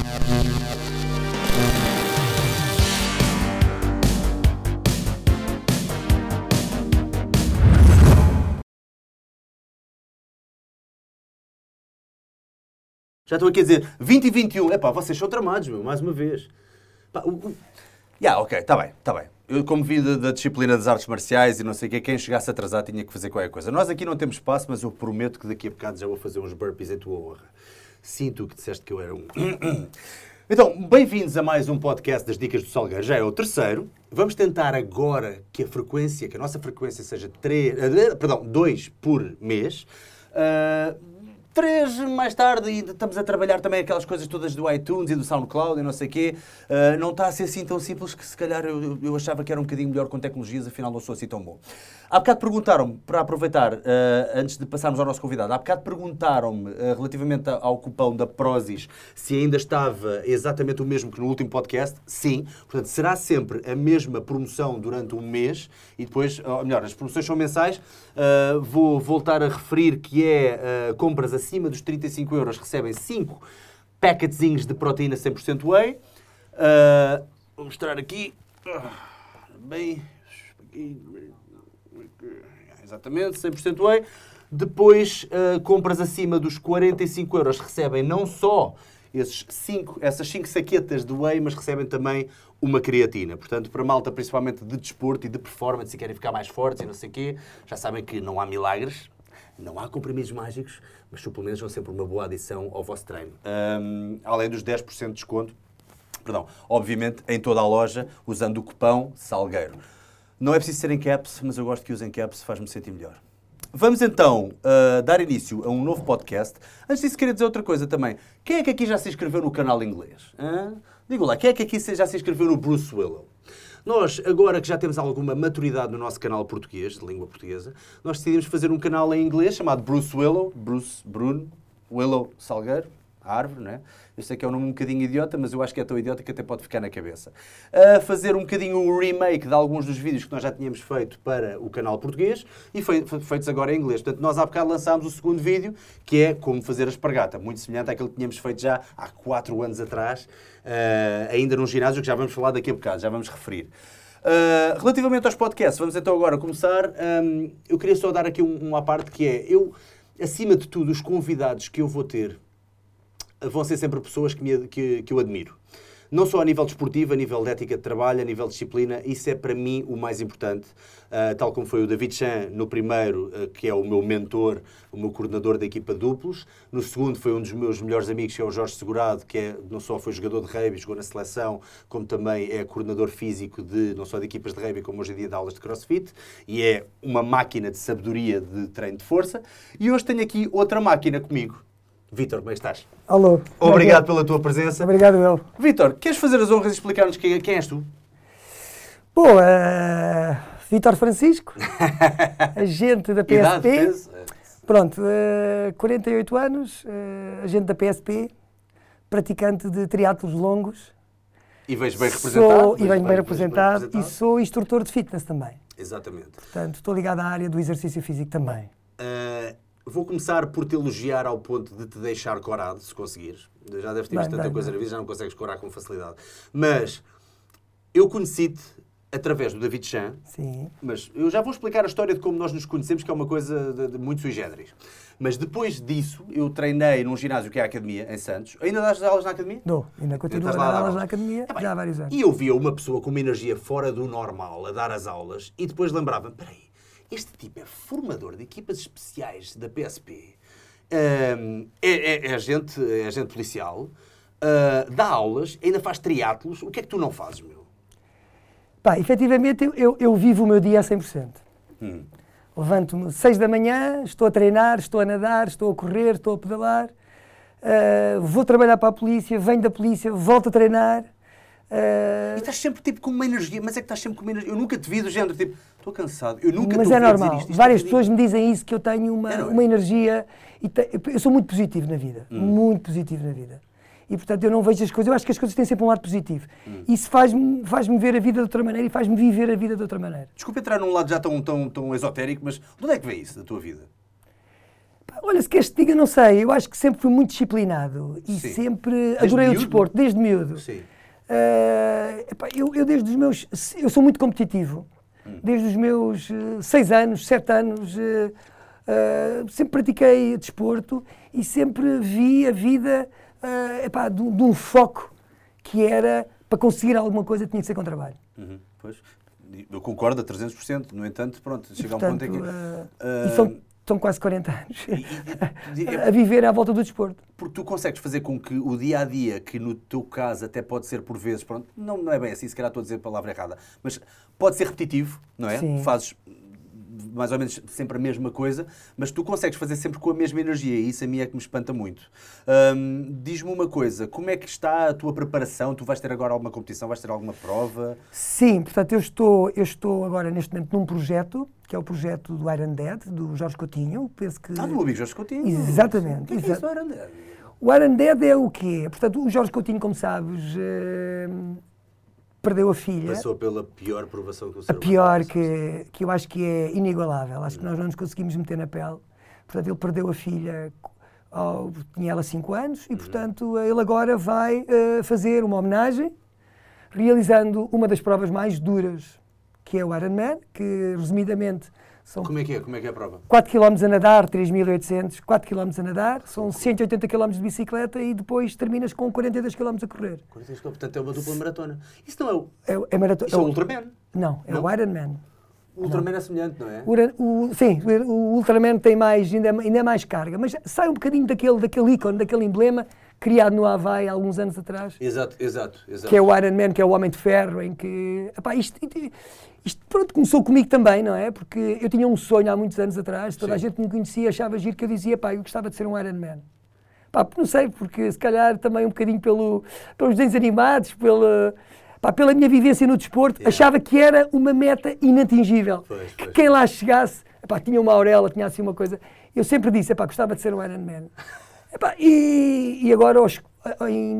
Já estou aqui a dizer 20 e 21. Epá, vocês são tramados, meu, mais uma vez. Ok, está bem. Eu, como vim da disciplina das artes marciais e não sei o quê, quem chegasse atrasado tinha que fazer qualquer coisa. Nós aqui não temos espaço, mas eu prometo que daqui a bocado já vou fazer uns burpees em tua honra. Sim, tu que disseste que eu era um... Então, bem-vindos a mais um podcast das Dicas do Salgueiro. Já é o terceiro. Vamos tentar agora que a nossa frequência seja 2 por mês. 3 mais tarde, e estamos a trabalhar também aquelas coisas todas do iTunes e do SoundCloud e não sei o quê. Não está a ser assim tão simples que se calhar eu achava que era um bocadinho melhor com tecnologias, afinal não sou assim tão bom. Há bocado perguntaram-me, para aproveitar, antes de passarmos ao nosso convidado, há bocado perguntaram-me relativamente ao cupom da Prozis se ainda estava exatamente o mesmo que no último podcast. Sim, portanto será sempre a mesma promoção durante um mês e depois, ou melhor, as promoções são mensais. Vou voltar a referir que é compras acima dos 35 euros recebem 5 packetzinhos de proteína 100% whey. Vou mostrar aqui. Bem, exatamente, 100% whey. Depois, compras acima dos 45 euros recebem não só essas 5 saquetas de whey, mas recebem também uma creatina. Portanto, para malta principalmente de desporto e de performance, se querem ficar mais fortes e não sei o quê, já sabem que não há milagres, não há comprimidos mágicos, mas suplementos são sempre uma boa adição ao vosso treino. Além dos 10% de desconto, obviamente, em toda a loja, usando o cupom Salgueiro. Não é preciso ser em caps, mas eu gosto que usem caps, faz-me sentir melhor. Vamos então dar início a um novo podcast. Antes disso, queria dizer outra coisa também. Quem é que aqui já se inscreveu no canal inglês? Digo lá, quem é que aqui já se inscreveu no Bruce Willow? Nós, agora que já temos alguma maturidade no nosso canal português, de língua portuguesa, nós decidimos fazer um canal em inglês chamado Bruce Willow. Bruno, Willow, Salgueiro, a árvore, não é? Eu sei que é um nome um bocadinho idiota, mas eu acho que é tão idiota que até pode ficar na cabeça. A fazer um bocadinho o remake de alguns dos vídeos que nós já tínhamos feito para o canal português e feitos agora em inglês. Portanto, nós há bocado lançámos o segundo vídeo, que é como fazer a espargata, muito semelhante àquele que tínhamos feito já há 4 anos atrás, ainda num ginásio, que já vamos falar daqui a bocado, já vamos referir. Relativamente aos podcasts, vamos então agora começar. Eu queria só dar aqui uma parte que é, acima de tudo, os convidados que eu vou ter vão ser sempre pessoas que eu admiro. Não só a nível desportivo, a nível de ética de trabalho, a nível de disciplina, isso é para mim o mais importante. Tal como foi o David Chan no primeiro, que é o meu mentor, o meu coordenador da equipa de duplos. No segundo foi um dos meus melhores amigos, que é o Jorge Segurado, que não só foi jogador de rugby, jogou na seleção, como também é coordenador físico não só de equipas de rugby, como hoje em dia de aulas de crossfit. E é uma máquina de sabedoria de treino de força. E hoje tenho aqui outra máquina comigo. Vítor, como é que estás? Alô. Obrigado pela tua presença. Obrigado, eu. Vítor, queres fazer as honras e explicar-nos quem és tu? Bom, Vítor Francisco, agente da PSP. Pronto, 48 anos, agente da PSP, praticante de triatlos longos. E vejo bem representado. Venho bem representado e sou instrutor de fitness também. Exatamente. Portanto, estou ligado à área do exercício físico também. Vou começar por te elogiar ao ponto de te deixar corado, se conseguires. Já deves ter visto tanta coisa na vida, já não consegues corar com facilidade. Mas eu conheci-te através do David Chan. Sim. Mas eu já vou explicar a história de como nós nos conhecemos, que é uma coisa de muito sui generis. Mas depois disso, eu treinei num ginásio que é a Academia, em Santos. Ainda dás aulas na Academia? Ainda continuo a dar aulas na Academia, já há vários anos. E eu via uma pessoa com uma energia fora do normal a dar as aulas e depois lembrava-me, peraí, este tipo é formador de equipas especiais da PSP, é agente policial, dá aulas, ainda faz triatlos. O que é que tu não fazes, meu? Pá, efetivamente eu vivo o meu dia a 100%. Levanto-me 6 da manhã, estou a treinar, estou a nadar, estou a correr, estou a pedalar, vou trabalhar para a polícia, venho da polícia, volto a treinar. E estás sempre tipo com uma energia, mas é que estás sempre com uma energia. Eu nunca te vi do género, tipo, estou cansado, eu nunca mas te ouvi é normal. dizer isto. Várias pessoas me dizem isso, que eu tenho uma energia. Eu sou muito positivo na vida, muito positivo na vida. E portanto eu não vejo as coisas, eu acho que as coisas têm sempre um lado positivo. Isso faz-me ver a vida de outra maneira e faz-me viver a vida de outra maneira. Desculpa entrar num lado já tão esotérico, mas de onde é que vem isso da tua vida? Olha, se queres que te diga, não sei. Eu acho que sempre fui muito disciplinado e Sim. sempre adorei o desporto, desde miúdo. Sim. Eu desde os meus... Eu sou muito competitivo. Desde os meus 6 anos, 7 anos, sempre pratiquei desporto e sempre vi a vida de um foco que era, para conseguir alguma coisa, tinha que ser com trabalho. Pois. Eu concordo a 300%. No entanto, pronto, chega a um ponto em que... E são quase 40 anos a viver à volta do desporto. Porque tu consegues fazer com que o dia-a-dia, que no teu caso até pode ser por vezes, pronto, não é bem assim, se calhar estou a dizer a palavra errada, mas pode ser repetitivo, não é? Sim. Fazes mais ou menos sempre a mesma coisa, mas tu consegues fazer sempre com a mesma energia e isso a mim é que me espanta muito. Diz-me uma coisa, como é que está a tua preparação? Tu vais ter agora alguma competição? Vais ter alguma prova? Sim, portanto eu estou agora neste momento num projeto, que é o projeto do Iron Dead, do Jorge Coutinho. Penso que... do meu amigo Jorge Coutinho. Exatamente. O que é isso do Iron Dead? O Iron Dead é o quê? Portanto, o Jorge Coutinho, como sabes, perdeu a filha. Passou pela pior provação que o ser humano pior, passou. que eu acho que é inigualável. Acho que nós não nos conseguimos meter na pele. Portanto, ele perdeu a filha, tinha ela 5 anos, e, portanto, ele agora vai fazer uma homenagem, realizando uma das provas mais duras, que é o Ironman, que, resumidamente, são... Como é que é a prova? 4 km a nadar, 3.800, 4 km a nadar, são 180 km de bicicleta e depois terminas com 42 km a correr. 42 km, portanto é uma dupla maratona. Isso não é o... É maratona. Isso é o Ultraman. Não, é o Ironman. O Ultraman é semelhante, não é? Sim, o Ultraman tem mais, ainda é mais carga, mas sai um bocadinho daquele ícone, daquele emblema criado no Havaí há alguns anos atrás. Exato. Que é o Ironman, que é o Homem de Ferro, em que... Epá, isto pronto, começou comigo também, não é? Porque eu tinha um sonho há muitos anos atrás, toda a gente me conhecia, achava giro, que eu dizia, pá, eu gostava de ser um Ironman. Pá, não sei, porque se calhar também um bocadinho pelos desenhos animados, pela minha vivência no desporto, achava que era uma meta inatingível. Pois. Que quem lá chegasse, epá, tinha uma auréola, tinha assim uma coisa. Eu sempre disse, epá, gostava de ser um Ironman. Epá, e agora, em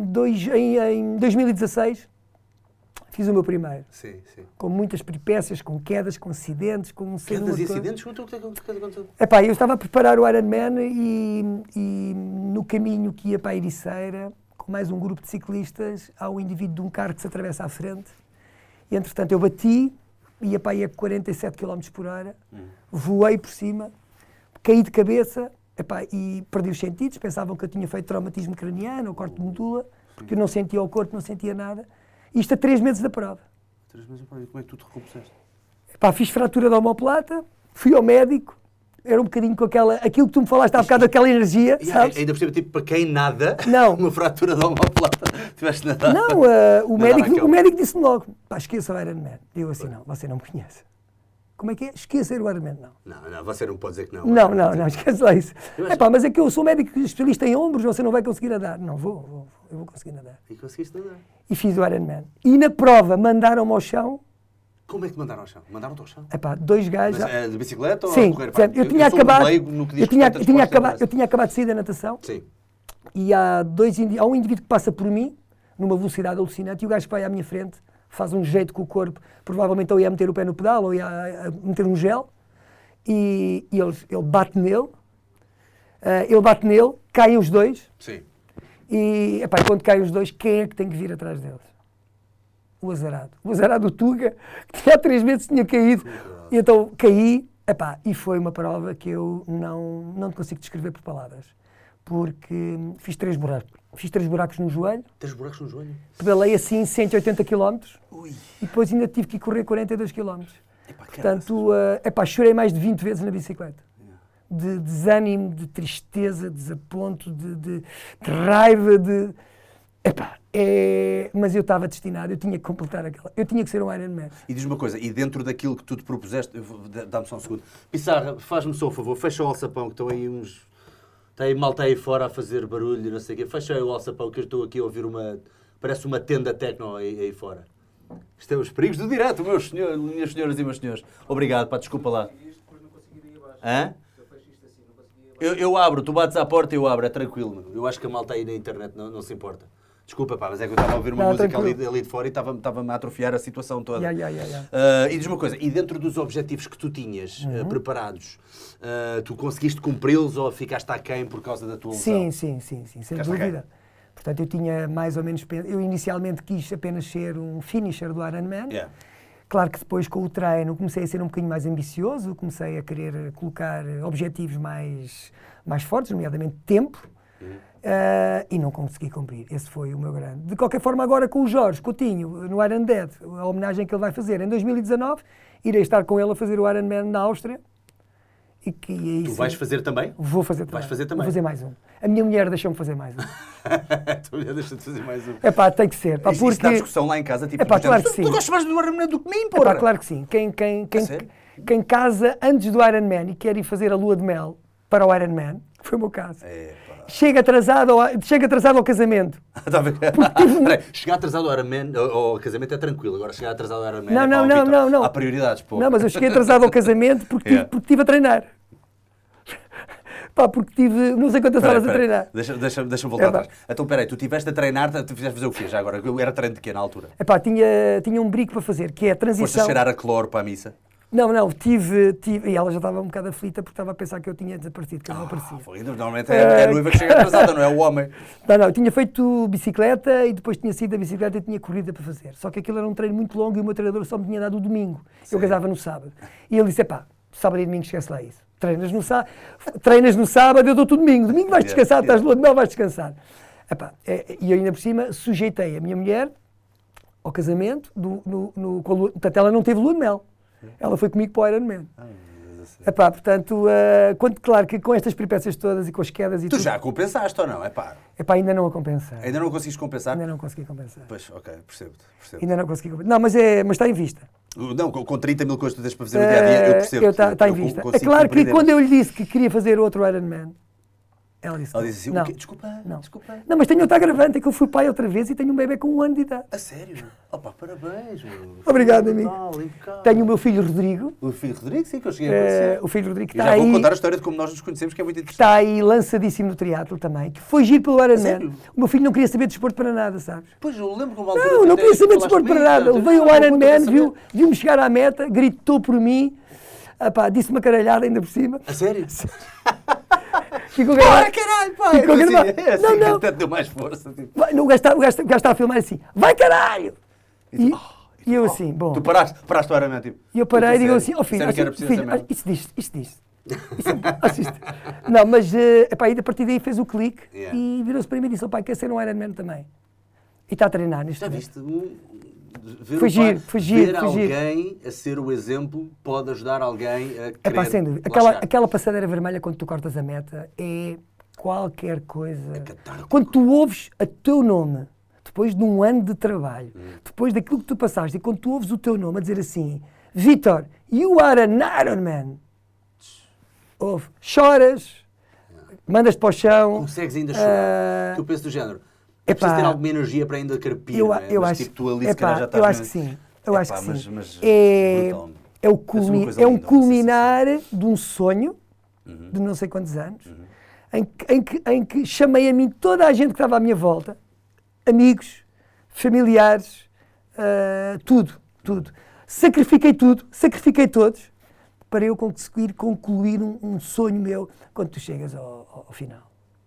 2016, fiz o meu primeiro. Sim. Com muitas peripécias, com quedas, com acidentes, com... Quedas e acidentes? O que aconteceu? Epá, eu estava a preparar o Ironman e no caminho que ia para a Ericeira, com mais um grupo de ciclistas, há um indivíduo de um carro que se atravessa à frente. E, entretanto, eu bati, ia para aí a 47 km por hora, voei por cima, caí de cabeça, epá, e perdi os sentidos. Pensavam que eu tinha feito traumatismo craniano ou corte de medula, porque eu não sentia o corpo, não sentia nada. Isto a 3 meses da prova. 3 meses da prova, e como é que tu te recompuseste? Epá, fiz fratura da omoplata, fui ao médico, era um bocadinho com aquilo que tu me falaste há bocado, aquela energia, sabes? Ainda por cima, tipo, para quem nada, Não. uma fratura de omoplata, tiveste nadado. Não, o médico disse-me logo, pá, esqueça o Ironman. Eu assim, não, você não me conhece. Como é que é? Esqueça o Ironman, não. Não, você não pode dizer que não. Não, esquece lá isso. Epá, mas é que eu sou médico especialista em ombros, você não vai conseguir nadar. Não, eu vou conseguir nadar. E conseguiste nadar. E fiz o Ironman. E na prova mandaram-me ao chão. Como é que te mandaram ao chão? Mandaram-te ao chão? Epá, 2 gajos... Mas de bicicleta ou sim, a correr? Eu tinha acabado... Eu tinha acabado de sair da natação. Sim. E há um indivíduo que passa por mim, numa velocidade alucinante, e o gajo que vai à minha frente, faz um jeito com o corpo, provavelmente ou ia meter o pé no pedal, ou ia meter um gel, e ele bate nele, caem os dois, Sim. e epá, quando caem os dois, quem é que tem que vir atrás deles? O azarado do Tuga, que há 3 meses tinha caído, e então caí, epá, e foi uma prova que eu não consigo descrever por palavras, porque fiz 3 buracos. Fiz 3 buracos no joelho. 3 buracos no joelho? Pedalei assim 180 km. Ui. E depois ainda tive que ir correr 42 km. Epá, portanto, chorei mais de 20 vezes na bicicleta. De desânimo, de tristeza, de desaponto, de raiva, mas eu estava destinado, eu tinha que completar aquela... Eu tinha que ser um Ironman. E diz-me uma coisa, e dentro daquilo que tu te propuseste... Dá-me só um segundo. Pissarra, faz-me só um favor, fecha o alçapão, que estão aí uns... Malta aí fora a fazer barulho, não sei o quê. Fecha aí o alçapão, que eu estou aqui a ouvir parece uma tenda tecno aí fora. Isto é os perigos do direto, minhas senhoras e meus senhores. Obrigado, pá, desculpa lá. Hã? Eu abro, tu bates à porta e eu abro, é tranquilo. Eu acho que a malta aí na internet não se importa. Desculpa, pá, mas é que eu estava a ouvir uma Não, música tranquilo. ali de fora e estava-me a atrofiar a situação toda. Yeah. E diz uma coisa, e dentro dos objetivos que tu tinhas preparados, tu conseguiste cumpri-los ou ficaste aquém por causa da tua lesão? Sim, sem Ficaste dúvida. Portanto, eu tinha mais ou menos... Eu inicialmente quis apenas ser um finisher do Ironman. Yeah. Claro que depois, com o treino, comecei a ser um bocadinho mais ambicioso, comecei a querer colocar objetivos mais fortes, nomeadamente tempo, e não consegui cumprir. Esse foi o meu grande. De qualquer forma, agora com o Jorge Coutinho, no Iron Dead, a homenagem que ele vai fazer em 2019, irei estar com ele a fazer o Ironman na Áustria. E que aí Tu vais fazer também? Vou fazer também. Vais fazer também? Vou fazer mais um. A minha mulher deixou-me fazer mais um. A tua mulher deixa-te fazer mais um. É pá, tem que ser. Pá, Isso dá discussão lá em casa, tipo, Epá, claro que sim. Tu gostas mais do Ironman do que mim, É porra? pá, claro que sim. Sério? Quem casa antes do Ironman e quer ir fazer a lua de mel para o Ironman, que foi o meu caso, chega atrasado ao casamento. Está a ver? Peraí, chegar atrasado ao Ironman, ao casamento é tranquilo, agora chegar atrasado ao Ironman Não. Há prioridades, pô. Não, mas eu cheguei atrasado ao casamento porque estive a treinar. Pá, porque tive não sei quantas horas a treinar. Deixa-me voltar atrás. Então, peraí, tu estiveste a treinar, tu fizeste fazer o quê já agora? Eu era treino de quê na altura? É pá, tinha um brinco para fazer, que é a transição... Foste a cheirar a cloro para a missa? Não, tive... E ela já estava um bocado aflita porque estava a pensar que eu tinha desaparecido, que eu não aparecia. Normalmente é a noiva que chega atrasada, não é o homem. Não, eu tinha feito bicicleta e depois tinha saído da bicicleta e tinha corrida para fazer. Só que aquilo era um treino muito longo e o meu treinador só me tinha dado o domingo. Eu casava no sábado. E ele disse, sábado e domingo esquece lá isso. Treinas no sábado, eu dou-te o domingo. Domingo vais descansar, estás no não vais descansar. E eu ainda por cima sujeitei a minha mulher ao casamento, portanto ela não teve lua de mel. Ela foi comigo para o Ironman. Portanto, claro que com estas peripécias todas e com as quedas e tu tudo... Tu já compensaste ou não? Ainda não a compensei. Ainda não conseguiste compensar? Ainda não consegui compensar. Pois, ok, percebo. Ainda não consegui compensar. Não, mas está em vista. Não, com 30 mil coisas que tu tens para fazer no dia-a-dia, eu percebo. Está em vista. É claro que quando eu lhe disse que queria fazer outro Ironman, ela disse assim, não. O quê? Desculpa. Não, mas tenho outra agravante, é que eu fui pai outra vez e tenho um bebê com 1 ano de idade. A sério? Opa, parabéns. Obrigado, amigo. Tenho o meu filho Rodrigo. O filho Rodrigo, sim, que eu cheguei a conhecer. O filho Rodrigo que está aí... Já vou contar a história de como nós nos conhecemos, que é muito interessante. Está aí lançadíssimo no triatlo também, que foi giro pelo Ironman. O meu filho não queria saber de desporto para nada, sabes? Pois, eu lembro que uma altura... Não queria saber de desporto para nada. Levei o Ironman, viu-me chegar à meta, gritou por mim, disse uma caralhada ainda por cima. A sério? Ficou gravado. Caralho, pai! Ficou gravado. Não. Até deu mais força. Tipo. O gajo está a filmar assim, vai caralho! E eu assim, bom... Tu paraste o Ironman, tipo... E eu parei e digo assim, filho, isto diz. Não, mas e a partir daí fez o clique e virou-se para mim e disse, pai, quer ser um Ironman também? E está a treinar neste momento. Já viste? Foi giro. Ver alguém a ser o exemplo pode ajudar alguém a querer... sem dúvida. Aquela passadeira vermelha quando tu cortas a meta é qualquer coisa. Quando tu ouves o teu nome, depois de um ano de trabalho, depois daquilo que tu passaste, e quando tu ouves o teu nome a dizer assim, Vitor, you are an Ironman. Choras, mandas-te para o chão. Consegues ainda chorar. Tu pensas do género. É preciso ter alguma energia para ainda carpir, não é? Mas tipo, tu ali se calhar já estás... Eu acho que sim. É um culminar de um sonho de não sei quantos anos, em que chamei a mim toda a gente que estava à minha volta, amigos, familiares, tudo. Sacrifiquei todos, para eu conseguir concluir um sonho meu quando tu chegas ao final.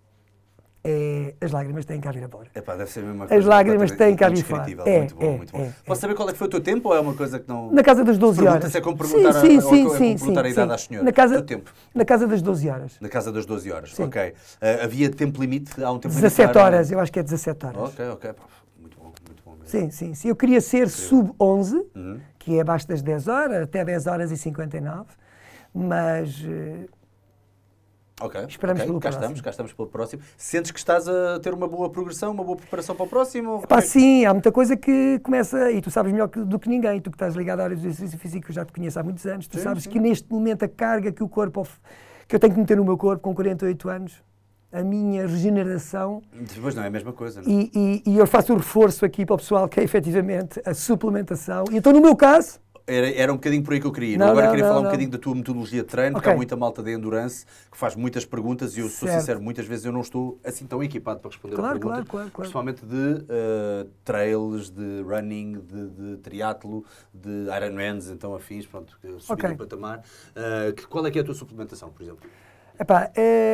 As lágrimas têm cá vir fora. Deve ser a mesma coisa. As lágrimas têm cá vir fora. Muito bom. Posso saber qual é que foi o teu tempo ou é uma coisa que não... Na casa das 12 horas. É como perguntar a idade às senhoras. Na casa das 12 horas. Na casa das 12 horas, sim. Ok. Havia tempo limite? Há um tempo 17 horas, eu acho que é 17 horas. Ok. Muito bom mesmo. Sim. Eu queria ser sub-11, que é abaixo das 10 horas, até 10 horas e 59, mas... Esperamos pelo próximo. Cá estamos pelo próximo. Sentes que estás a ter uma boa progressão, uma boa preparação para o próximo? Sim, há muita coisa que começa, e tu sabes melhor do que ninguém, tu que estás ligado à área do exercício físico, eu já te conheço há muitos anos, tu sabes que neste momento a carga que que eu tenho que meter no meu corpo com 48 anos, a minha regeneração... Depois não é a mesma coisa, não? E eu faço o reforço aqui para o pessoal que é efetivamente a suplementação, e então no meu caso... Era um bocadinho por aí que eu queria ir. Não, Agora não, queria não, falar um não. bocadinho da tua metodologia de treino, porque Ok. há muita malta de endurance que faz muitas perguntas e eu sou Certo. sincero, muitas vezes eu não estou assim tão equipado para responder Claro, a pergunta, claro. principalmente de trails, de running, de triatlo, de Ironmans, então afins, pronto, subir Ok. o patamar. Qual é que é a tua suplementação, por exemplo? Epá,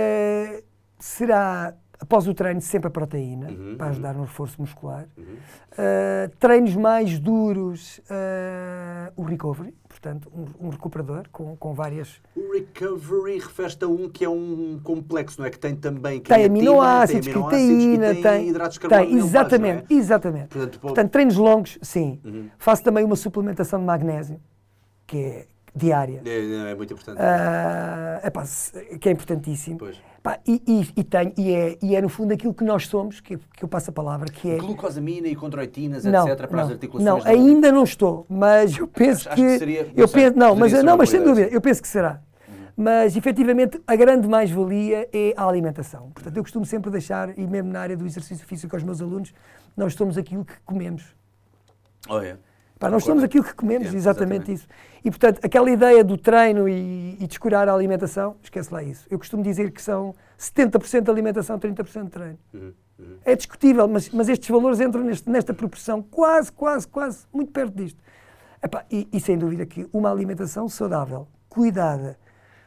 será após o treino sempre a proteína, para ajudar no reforço muscular. Treinos mais duros, o recovery, portanto, um recuperador com várias... O recovery refere-te a um que é um complexo, não é? Que tem também Tem creatina, aminoácidos, tem aminoácidos creatina, e tem hidratos de carbono. tem, exatamente, exatamente. Portanto, treinos longos, sim. Faço também uma suplementação de magnésio, que é diária. É muito importante. Que é importantíssimo. Pois. Pá, e é no fundo aquilo que nós somos, que eu passo a palavra, que é... Glucosamina e condroitinas, Não, etc., para as não, articulações. não, ainda não estou, mas eu penso Acho que seria- eu não sei, penso, não, mas, poderia ser não, uma mas sem boa ideia. dúvida, eu penso que será. Mas, efetivamente, a grande mais-valia é a alimentação. Portanto, eu costumo sempre deixar, e mesmo na área do exercício físico aos meus alunos, nós somos aquilo que comemos. Oh, é. Pá, nós somos aquilo que comemos, É, exatamente isso. E, portanto, aquela ideia do treino e descurar a alimentação, esquece lá isso. Eu costumo dizer que são 70% de alimentação, 30% de treino. É discutível, mas estes valores entram nesta proporção quase, muito perto disto. Epá, e sem dúvida que uma alimentação saudável, cuidada,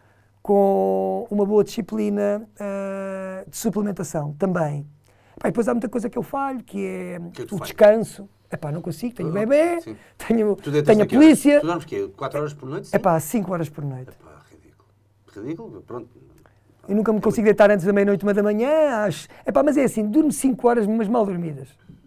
com uma boa disciplina de suplementação também. Epá, e depois há muita coisa que eu falho, que é Que tu o falhas? descanso. Epá, não consigo, tenho bebê, Sim. tenho Tu deitas a a que horas? polícia. Tu dormes quê? 4 horas por noite? Sim? Epá, 5 horas por noite. Epá, ridículo. Ridículo? Pronto. Eu nunca me consigo deitar antes da meia-noite, 1 da manhã. Epá, mas é assim, durmo 5 horas, mas mal dormidas.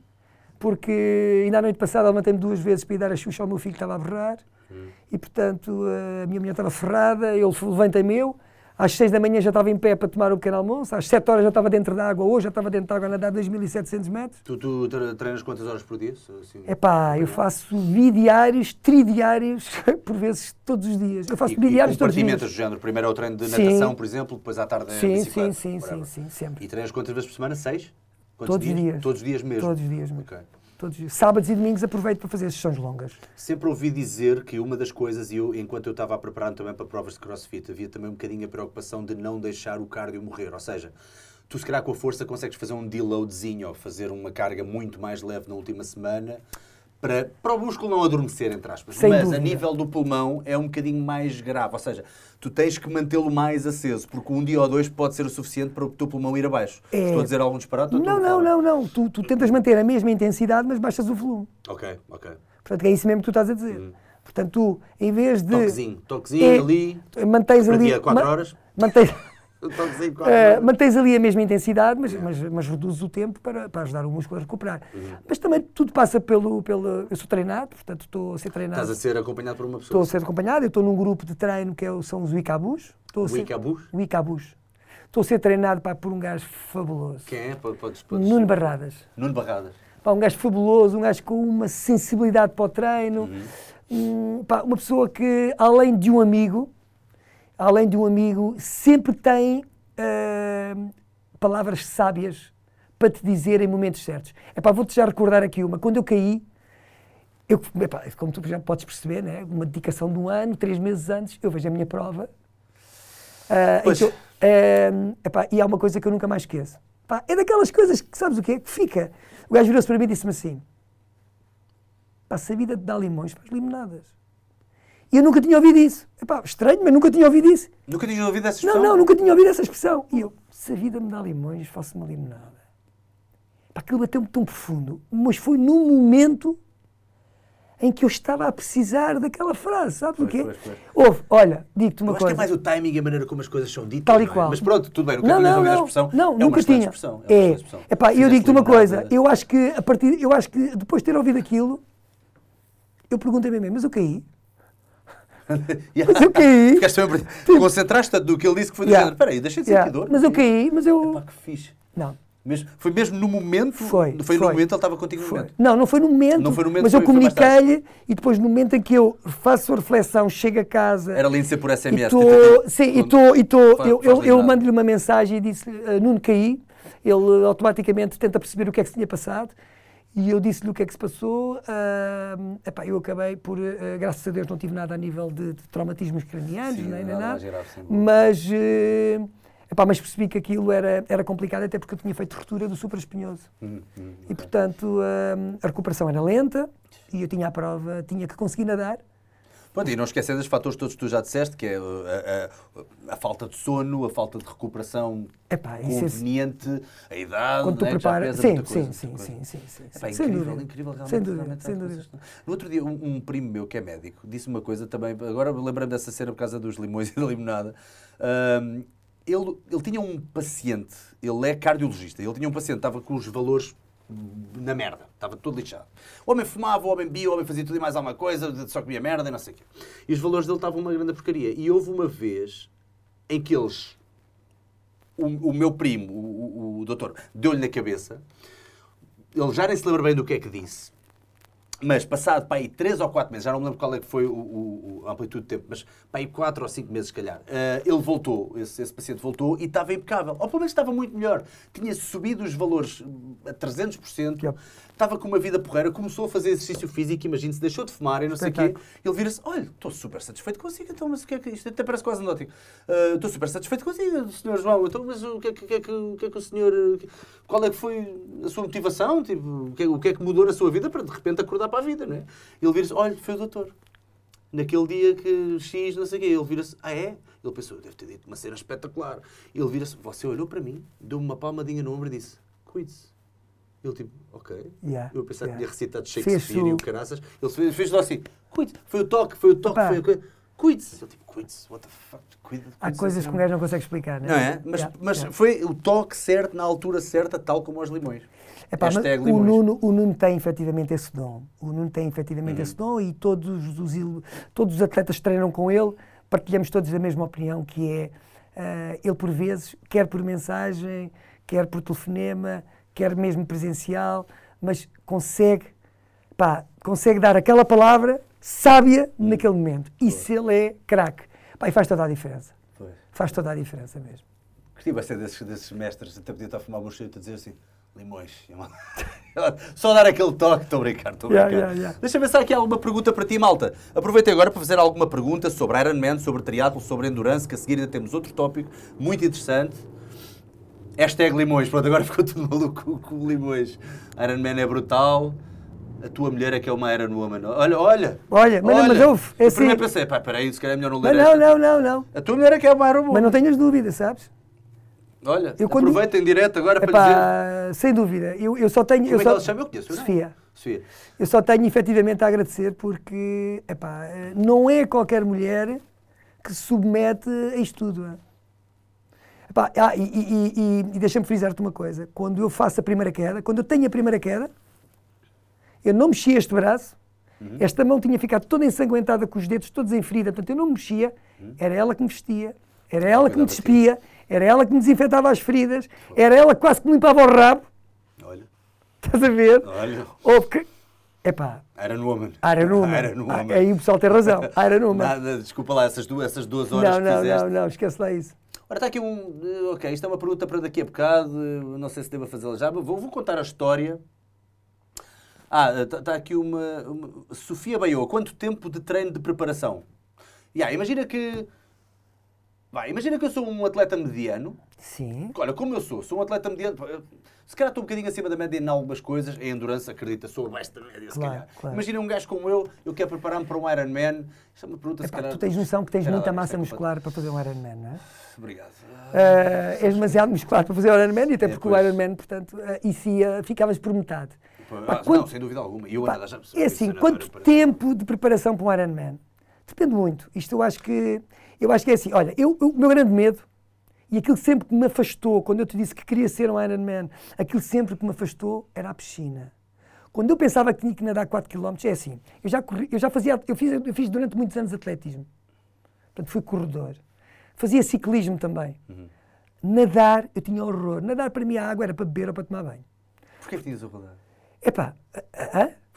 Porque ainda à noite passada levantei-me 2 vezes para ir dar a xuxa ao meu filho que estava a berrar. E, portanto, a minha mulher estava ferrada, eu levantei-me eu. Às 6 da manhã já estava em pé para tomar um pequeno almoço, às 7 horas já estava dentro da água, hoje já estava dentro da água a nadar 2.700 metros. Tu treinas quantas horas por dia? Assim, Epá, eu faço bidiários, tridiários, por vezes todos os dias. Eu faço bidiários todos os dias. compartimentas do género. Primeiro é o treino de Sim. natação, por exemplo, depois à tarde é a bicicleta. Sim, sempre. E treinas quantas vezes por semana? 6? Todos os dias. Todos os dias mesmo? Todos os dias mesmo. Ok. Todos os dias. Sábados e domingos aproveito para fazer sessões longas. Sempre ouvi dizer que uma das coisas, e eu, enquanto eu estava a preparar também para provas de crossfit, havia também um bocadinho a preocupação de não deixar o cardio morrer. Ou seja, tu se calhar com a força consegues fazer um deloadzinho ou fazer uma carga muito mais leve na última semana para o músculo não adormecer, entre aspas. Sem Mas dúvida. a nível do pulmão é um bocadinho mais grave. Ou seja, tu tens que mantê-lo mais aceso, porque um dia ou dois pode ser o suficiente para o teu pulmão ir abaixo. Estou a dizer algum disparate? Não. Tu tentas manter a mesma intensidade, mas baixas o volume. Ok. Portanto, é isso mesmo que tu estás a dizer. Portanto, tu, em vez de... Toquezinho ali, Mantens para ali... dia 4 horas. Mantens... Toquezinho 4 horas. Mantens ali a mesma intensidade, mas reduzes o tempo para ajudar o músculo a recuperar. Mas também tudo passa pelo... Eu sou treinado, portanto estou a ser treinado. Estás a ser acompanhado por uma pessoa? Estou a ser acompanhado, eu estou num grupo de treino que são os Wicabus. Wicabus? Estou a ser treinado por um gajo fabuloso. Quem é? Podes... Nuno Barradas. Nuno Barradas. Um gajo fabuloso, um gajo com uma sensibilidade para o treino. Uma pessoa que, além de um amigo, sempre tem palavras sábias para te dizer em momentos certos. Vou-te já recordar aqui uma. Quando eu caí, como tu já podes perceber, né? Uma dedicação de 1 ano, 3 meses antes, eu vejo a minha prova. E há uma coisa que eu nunca mais esqueço. É daquelas coisas que, sabes o quê? Que fica. O gajo virou-se para mim e disse-me assim: se a vida te dá limões, faz limonadas. E eu nunca tinha ouvido isso. Estranho, mas nunca tinha ouvido isso. Nunca tinha ouvido essa expressão? Não, nunca tinha ouvido essa expressão. E eu, se a vida me dá limões, faço uma limonada. Aquilo bateu-me tão profundo, mas foi num momento em que eu estava a precisar daquela frase, sabes o quê? Olha, digo-te uma eu acho coisa. que é mais o timing e a maneira como as coisas são ditas. Tal e qual. Mas pronto, tudo bem, nunca tinha ouvido a expressão. Não, é nunca uma tinha. Expressão. Eu digo-te uma coisa, eu acho que depois de ter ouvido aquilo, eu perguntei-me mesmo, mas eu caí? Mas eu caí. Concentraste no que ele disse que foi do género. Espera aí, deixa de ser dor. Mas eu caí, mas eu... Que fixe. Não. Foi mesmo no momento? Foi no momento ele estava contigo no momento? Não foi no momento, mas eu comuniquei-lhe e depois no momento em que eu faço a reflexão, chego a casa... Era lindo ser por SMS. Eu mando-lhe uma mensagem e disse-lhe, Nuno, caí. Ele automaticamente tenta perceber o que é que se tinha passado E eu disse-lhe o que é que se passou. Eu acabei por, graças a Deus, não tive nada a nível de traumatismos cranianos, Sim, nem nada nada. mais grave, sem Mas percebi que aquilo era complicado, até porque eu tinha feito ruptura do supraespinhoso. E, portanto, a recuperação era lenta e eu tinha a prova, tinha que conseguir nadar. Pronto, e não esquecendo os fatores todos que tu já disseste, que é a falta de sono, a falta de recuperação conveniente, a idade, quando tu preparas. Sim. Incrível, realmente. Sem dúvida. No outro dia, um primo meu, que é médico, disse uma coisa também, agora lembrei-me dessa cena por causa dos limões e da limonada. Ele tinha um paciente, ele é cardiologista, ele tinha um paciente que estava com os valores na merda, estava todo lixado. O homem fumava, o homem bebia, o homem fazia tudo e mais alguma coisa, só comia merda e não sei o quê. E os valores dele estavam uma grande porcaria. E houve uma vez em que eles, o meu primo, o doutor, deu-lhe na cabeça, ele já nem se lembra bem do que é que disse, mas passado para aí 3 ou 4 meses, já não me lembro qual é que foi a amplitude de tempo, mas para aí 4 ou 5 meses, se calhar, ele voltou, esse paciente voltou e estava impecável. Ou pelo menos estava muito melhor. Tinha subido os valores a 300%, estava com uma vida porreira, começou a fazer exercício físico, imagina-se, deixou de fumar e não sei o quê. Ele vira-se, olha, estou super satisfeito consigo, então, mas o que é que isto até parece quase anedótico. Estou super satisfeito consigo, Sr. João, então, mas o que é que o senhor... Qual é que foi a sua motivação? Tipo, o que é que mudou na sua vida para de repente acordar para a vida, não é? Ele vira-se, olha, foi o doutor. Naquele dia que X, não sei o quê, ele vira-se, é? Ele pensou, deve ter dito uma cena espetacular. Ele vira-se, você olhou para mim, deu-me uma palmadinha no ombro e disse, cuide-se. Ele tipo, ok. Eu pensava que tinha recitado Shakespeare e o caraças. Ele fez assim, cuide-se. Foi o toque. Cuide-se. Ele tipo, cuide-se, what the fuck? Há coisas que o gajo não consegue explicar, não é? Mas foi o toque certo, na altura certa, tal como aos limões. O Nuno tem efetivamente esse dom. Esse dom e todos os atletas que treinam com ele partilhamos todos a mesma opinião, que é ele por vezes, quer por mensagem, quer por telefonema, quer mesmo presencial, mas consegue dar aquela palavra sábia naquele momento. Se ele é craque. E faz toda a diferença. Faz toda a diferença mesmo. Gostei bastante desses mestres, até podia estar a fumar um cheiro a dizer assim, limões. Só dar aquele toque, estou a brincar. Deixa eu ver se há aqui alguma pergunta para ti, malta. Aproveitei agora para fazer alguma pergunta sobre Ironman, sobre triatlo, sobre endurance, que a seguir ainda temos outro tópico muito interessante. #limões, pronto, agora ficou tudo maluco com limões. Ironman é brutal. A tua mulher é que é uma Iron Woman. Olha, mas ouve. É assim. Primeiro pensei, peraí, se calhar é melhor não ler Não. A tua mulher é que é uma Iron Woman. Mas não tenhas dúvida, sabes? Olha, aproveita em direto agora para dizer... Sem dúvida. Eu só tenho... Como é que ela se chama? Eu conheço, Sofia. Eu só tenho efetivamente a agradecer porque, não é qualquer mulher que se submete a isto tudo. E deixa-me frisar-te uma coisa. Quando eu faço a primeira queda, quando eu tenho a primeira queda, eu não mexia este braço, esta mão tinha ficado toda ensanguentada com os dedos todos em ferida, portanto eu não me mexia, era ela que me vestia, era ela que me despia, era ela que me desinfetava as feridas, era ela que quase que me limpava o rabo. Olha. Estás a ver? Olha. Iron Woman. Aí o pessoal tem razão. Iron Woman. Nada, desculpa lá, essas 2 horas que fizeste. Não, esquece lá isso. Ora, está aqui ok, isto é uma pergunta para daqui a bocado, não sei se devo fazê-la já, mas vou contar a história. Está aqui uma Sofia Baiô, quanto tempo de treino de preparação? Imagina que eu sou um atleta mediano. Sim. Olha, como eu sou um atleta mediano, se calhar estou um bocadinho acima da média em algumas coisas, em endurance, acredita, sou abaixo da média, se calhar. Claro. Imagina um gajo como eu quero preparar-me para um Ironman. Isto é uma pergunta, se calhar... Tu tens noção que tens muita massa muscular para fazer um Ironman, não é? Obrigado. És demasiado muscular para fazer o Ironman e até porque o Ironman, portanto, ficavas por metade. Não, sem dúvida alguma. É assim, quanto tempo de preparação para um Ironman? Depende muito. Isto eu acho que é assim. Olha, o meu grande medo, e aquilo sempre que me afastou, quando eu te disse que queria ser um Ironman, aquilo sempre que me afastou era a piscina. Quando eu pensava que tinha que nadar 4 km, é assim, eu fiz durante muitos anos atletismo. Portanto, fui corredor. Fazia ciclismo também. Nadar, eu tinha horror. Nadar para mim a água era para beber ou para tomar banho. Porquê que tinhas horror? Porquê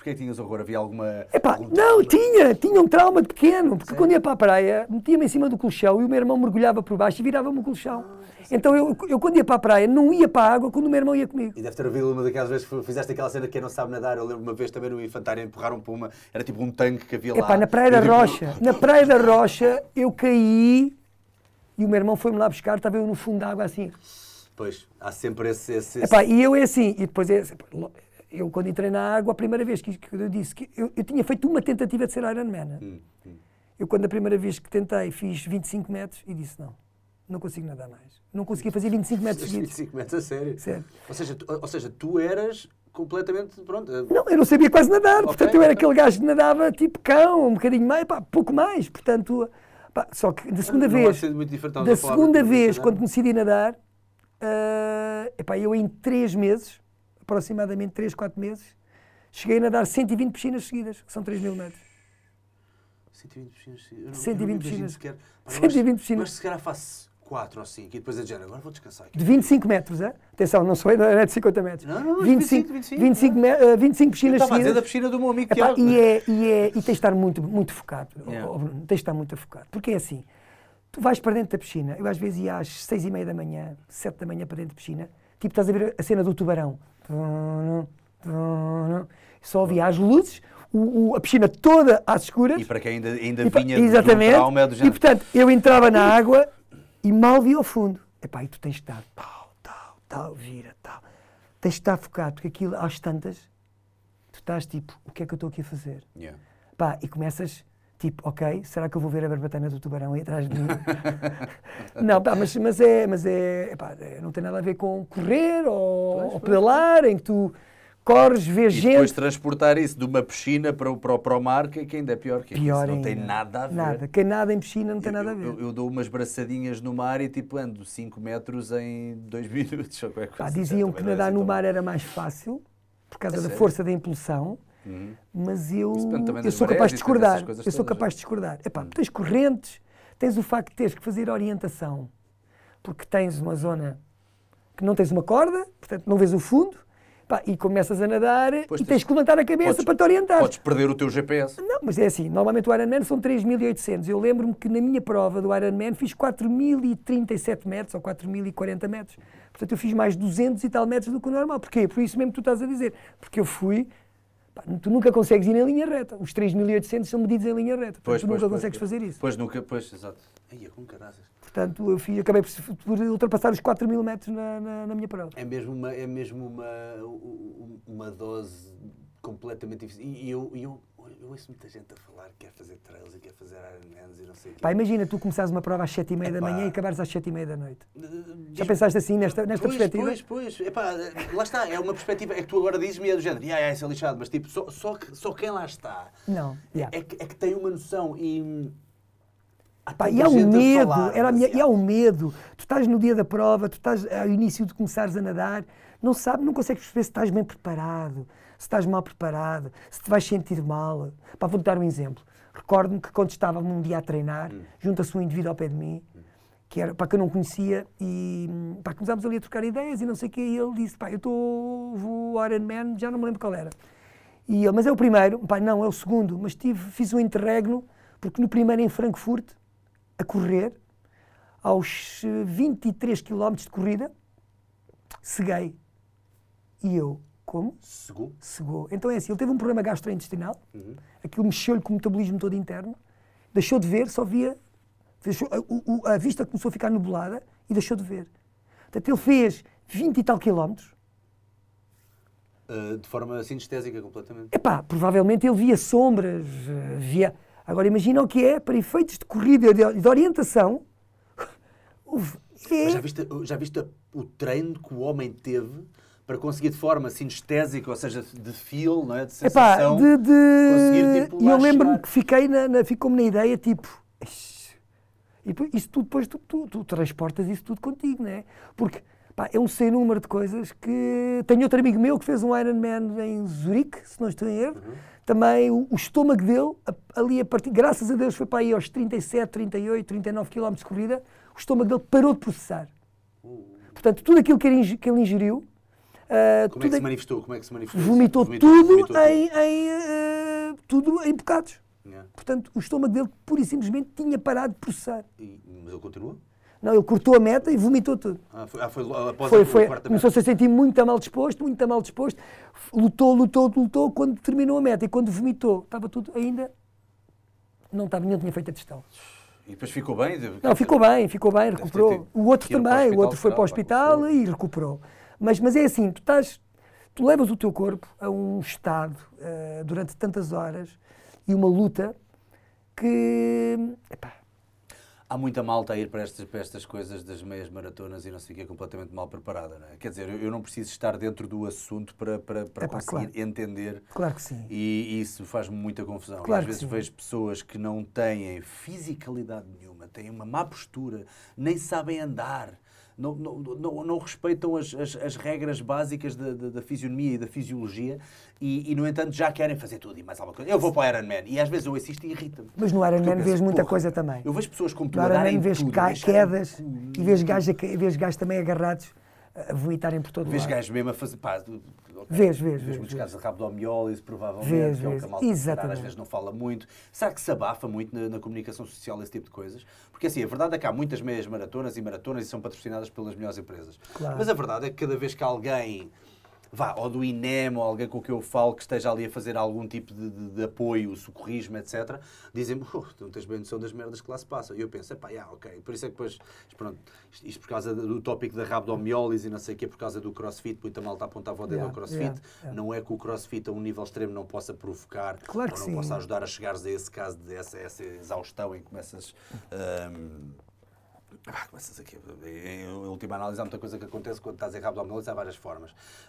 Porquê tinhas horror? Havia alguma... Epá, algum não, trauma? tinha um trauma de pequeno, porque Sério? quando ia para a praia, metia-me em cima do colchão e o meu irmão mergulhava por baixo e virava-me o colchão. Então eu quando ia para a praia, não ia para a água quando o meu irmão ia comigo. E deve ter havido uma daquelas vezes que fizeste aquela cena que quem não sabe nadar. Eu lembro uma vez também no Infantário empurraram para uma... Era tipo um tanque que havia lá. Epá, na Praia da Rocha, eu caí e o meu irmão foi-me lá buscar, estava eu no fundo da água assim. Pois, há sempre esse... Epá, e eu é assim, e depois eu quando entrei na água, a primeira vez que eu disse que eu tinha feito uma tentativa de ser Ironman. Eu quando a primeira vez que tentei fiz 25 metros e disse não consigo nadar mais. Não conseguia fazer 25 metros seguidos. 25 metros, a sério? Sério. Ou seja, tu eras completamente, pronto... Não, eu não sabia quase nadar, Ok, portanto eu era ok. aquele gajo que nadava tipo cão, um bocadinho mais, pá, pouco mais, portanto... Pá, só que da segunda Não há vez, sido muito diferente da da palavra segunda que vez, você quando decidi nadar, epá, eu em 3 meses, aproximadamente 3, 4 meses, cheguei a nadar 120 piscinas seguidas, que são 3.000 metros. 120 piscinas... eu não 120 imagino piscinas. sequer. Pá, eu 120 acho- piscinas. Eu acho que se calhar faço 4 ou 5 e depois é de género. Agora vou descansar aqui. De 25 metros, é? Atenção, não é de 50 metros. Não, 25 Eu piscinas estava a dizer da seguidas. piscina do meu amigo Epá, Tiago. e tens de estar muito focado. Yeah. Bruno, tens de estar muito focado. Porque é assim, tu vais para dentro da piscina, eu às vezes ia às 6h30 da manhã, 7 da manhã para dentro da piscina, tipo estás a ver a cena do tubarão. Só ouvia as luzes, a piscina toda às escuras. E para quem ainda E pa- vinha de um exatamente. trauma é do E género. portanto, eu entrava na água e mal via ao fundo. Epá, e tu tens de estar tal, vira, tal. Tens de estar focado, porque aquilo, às tantas, tu estás tipo, o que é que eu estou aqui a fazer? Yeah. Pá, e começas, tipo, ok, será que eu vou ver a barbatana do tubarão aí atrás de mim? Não, pá, mas epá, não tem nada a ver com correr ou pedalar, em que tu corres, vês E depois gente. transportar isso de uma piscina para o mar, que ainda é pior que isso. Pior Não tem ainda. nada a ver. Nada. Quem nada em piscina não tem nada a ver. Eu dou umas braçadinhas no mar e tipo ando 5 metros em 2 minutos. Ou qualquer Pá, coisa. diziam Também que não é nadar assim no tão mar mal. era mais fácil, por causa É da sério? força da impulsão, mas Isso depende também eu das sou marés capaz de e dessas discordar. coisas Eu sou todas, capaz de discordar. Epá, tens correntes, tens o facto de teres que fazer orientação, porque tens uma zona que não tens uma corda, portanto não vês o fundo, pá, e começas a nadar Pois e tens que levantar a cabeça podes- para te orientar. Podes perder o teu GPS. Não, mas é assim, normalmente o Ironman são 3.800. Eu lembro-me que na minha prova do Ironman fiz 4.037 metros ou 4.040 metros. Portanto, eu fiz mais 200 e tal metros do que o normal. Porquê? Por isso mesmo que tu estás a dizer. Porque eu fui... Pá, tu nunca consegues ir em linha reta. Os 3.800 são medidos em linha reta. Portanto, tu nunca consegues fazer isso. Pois nunca, pois, exato. Ai, é com caraças. Portanto, acabei por ultrapassar os 4.000 metros na minha prova. É mesmo uma dose completamente difícil. E eu ouço muita gente a falar que quer fazer trails e quer fazer Ironmans e não sei o quê. Pá, imagina, tu começares uma prova às 7h30 da Epá. manhã e acabares às 7h30 da noite. Já Diz- pensaste assim nesta Pois, perspectiva? Pois. Epá, lá está, é uma perspectiva, é que tu agora dizes-me é do género, isso é lixado, mas tipo, só quem lá está Não. Yeah. é que tem uma noção e... há Pá, tanta e há um gente a medo, falar, e há um medo. Tu estás no dia da prova, tu estás ao início de começares a nadar, não consegues perceber se estás bem preparado, se estás mal preparado, se te vais sentir mal. Pá, vou-te dar um exemplo. Recordo-me que quando estávamos um dia a treinar, junta-se um indivíduo ao pé de mim, que eu não conhecia, e pá, começámos ali a trocar ideias e não sei o quê, e ele disse, pá, vou ao Ironman, já não me lembro qual era. E ele, mas é o primeiro? Pá, não, é o segundo, mas fiz um interregno, porque no primeiro em Frankfurt, a correr, aos 23 km de corrida, ceguei. E eu, como? Cegou. Então é assim, ele teve um problema gastrointestinal, aquilo mexeu-lhe com o metabolismo todo interno, deixou de ver, só via, a vista começou a ficar nublada e deixou de ver. Portanto, ele fez 20 e tal quilómetros. De forma sinestésica, completamente. Epá, provavelmente ele via sombras, via... Agora imagina o que é, para efeitos de corrida e de orientação, Mas já viste o treino que o homem teve para conseguir de forma sinestésica, ou seja, de feel, não é? De sensação, conseguir tipo, E lá eu lembro-me chegar. que ficou-me na ideia, tipo... E depois, isso tudo, depois tu transportas isso tudo contigo, não é? Porque pá, é um sem número de coisas que... Tenho outro amigo meu que fez um Ironman em Zurique, se não estou em erro. Também o estômago dele, ali a partir... Graças a Deus foi para aí aos 37, 38, 39 km de corrida, o estômago dele parou de processar. Portanto, tudo aquilo que ele ingeriu, Como é que se manifestou? Como é que se manifestou? Vomitou tudo tudo em bocados. Yeah. Portanto, o estômago dele, pura e simplesmente, tinha parado de processar. Mas ele continuou? Não, ele cortou a meta e vomitou tudo. Foi após a quarta meta? Começou-se a sentir muito mal disposto, lutou, quando terminou a meta e quando vomitou, estava tudo ainda, não tinha feito a digestão. E depois ficou bem? Não, ficou bem, recuperou. O outro também, o outro foi para o hospital e recuperou. Mas é assim, tu levas o teu corpo a um estado durante tantas horas e uma luta que... Epá, há muita malta a ir para estas coisas das meias maratonas e não sei o que, é completamente mal preparada, não é? Quer dizer, eu não preciso estar dentro do assunto para conseguir entender. Claro que sim. E isso faz-me muita confusão. Claro, e às vezes vejo pessoas que não têm fisicalidade nenhuma, têm uma má postura, nem sabem andar, não respeitam as regras básicas da fisionomia e da fisiologia e, no entanto, já querem fazer tudo e mais alguma coisa. Eu vou para o Ironman e às vezes eu assisto e irrita-me. Mas no Ironman vês muita coisa também. Eu vejo pessoas como tu no a darem vês tudo. quedas e vês gajos também agarrados a vomitarem por todo o lado. Vês gajos mesmo a fazer... Vês muitos casos de rabdomiólise, provavelmente, que é o que a malta às vezes não fala muito. Será que se abafa muito na comunicação social esse tipo de coisas? Porque assim, a verdade é que há muitas meias maratonas e são patrocinadas pelas melhores empresas. Claro. Mas a verdade é que cada vez que alguém, ou do INEM, ou alguém com que eu falo que esteja ali a fazer algum tipo de apoio, socorrismo, etc., dizem-me, tu não tens bem noção das merdas que lá se passam. E eu penso, ok. Por isso é que depois, pronto, isto por causa do tópico da rabdomiólise e não sei o quê, por causa do crossfit, muita malta apontava o dedo ao crossfit. Não é que o crossfit a um nível extremo não possa provocar, claro ou que não sim. possa ajudar a chegares a esse caso, essa exaustão em que começas... começas aqui, em última análise, há muita coisa que acontece quando estás em rabdomiólise, há várias formas.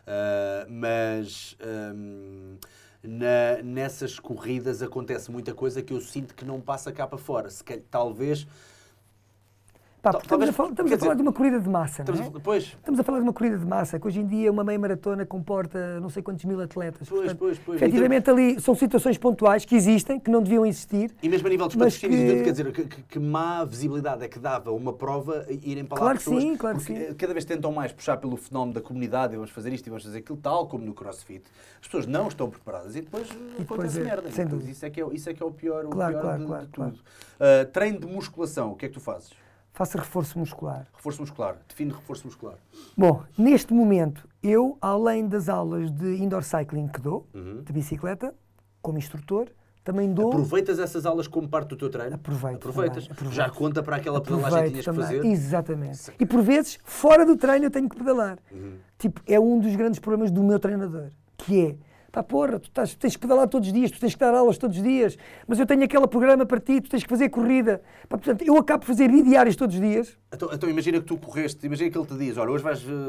Nessas corridas acontece muita coisa que eu sinto que não passa cá para fora. Talvez... Estamos a falar de uma corrida de massa, não é? Pois. Estamos a falar de uma corrida de massa, que hoje em dia uma meia maratona comporta não sei quantos mil atletas. Pois. Efetivamente ali são situações pontuais que existem, que não deviam existir. E mesmo a nível dos patrocínios, quer dizer, que má visibilidade é que dava uma prova irem para lá pessoas. Claro que sim. Cada vez tentam mais puxar pelo fenómeno da comunidade, e vamos fazer isto e vamos fazer aquilo, tal como no CrossFit. As pessoas não estão preparadas e depois acontece merda. Sem dúvida. Isso é que é o pior, de tudo. Treino de musculação, o que é que tu fazes? Faço reforço muscular. Reforço muscular. Define reforço muscular. Bom, neste momento, eu, além das aulas de indoor cycling que dou, de bicicleta, como instrutor, também dou... Aproveitas essas aulas como parte do teu treino? Aproveitas. Já conta para aquela pedalagem que tinhas que fazer? Exatamente. E por vezes, fora do treino, eu tenho que pedalar. Tipo, é um dos grandes problemas do meu treinador, que é... tu tens que pedalar todos os dias, tu tens que dar aulas todos os dias, mas eu tenho aquele programa para ti, tu tens que fazer corrida. Portanto, eu acabo de fazer bidiários todos os dias. Então imagina que tu correste, imagina que ele te diz, olha, hoje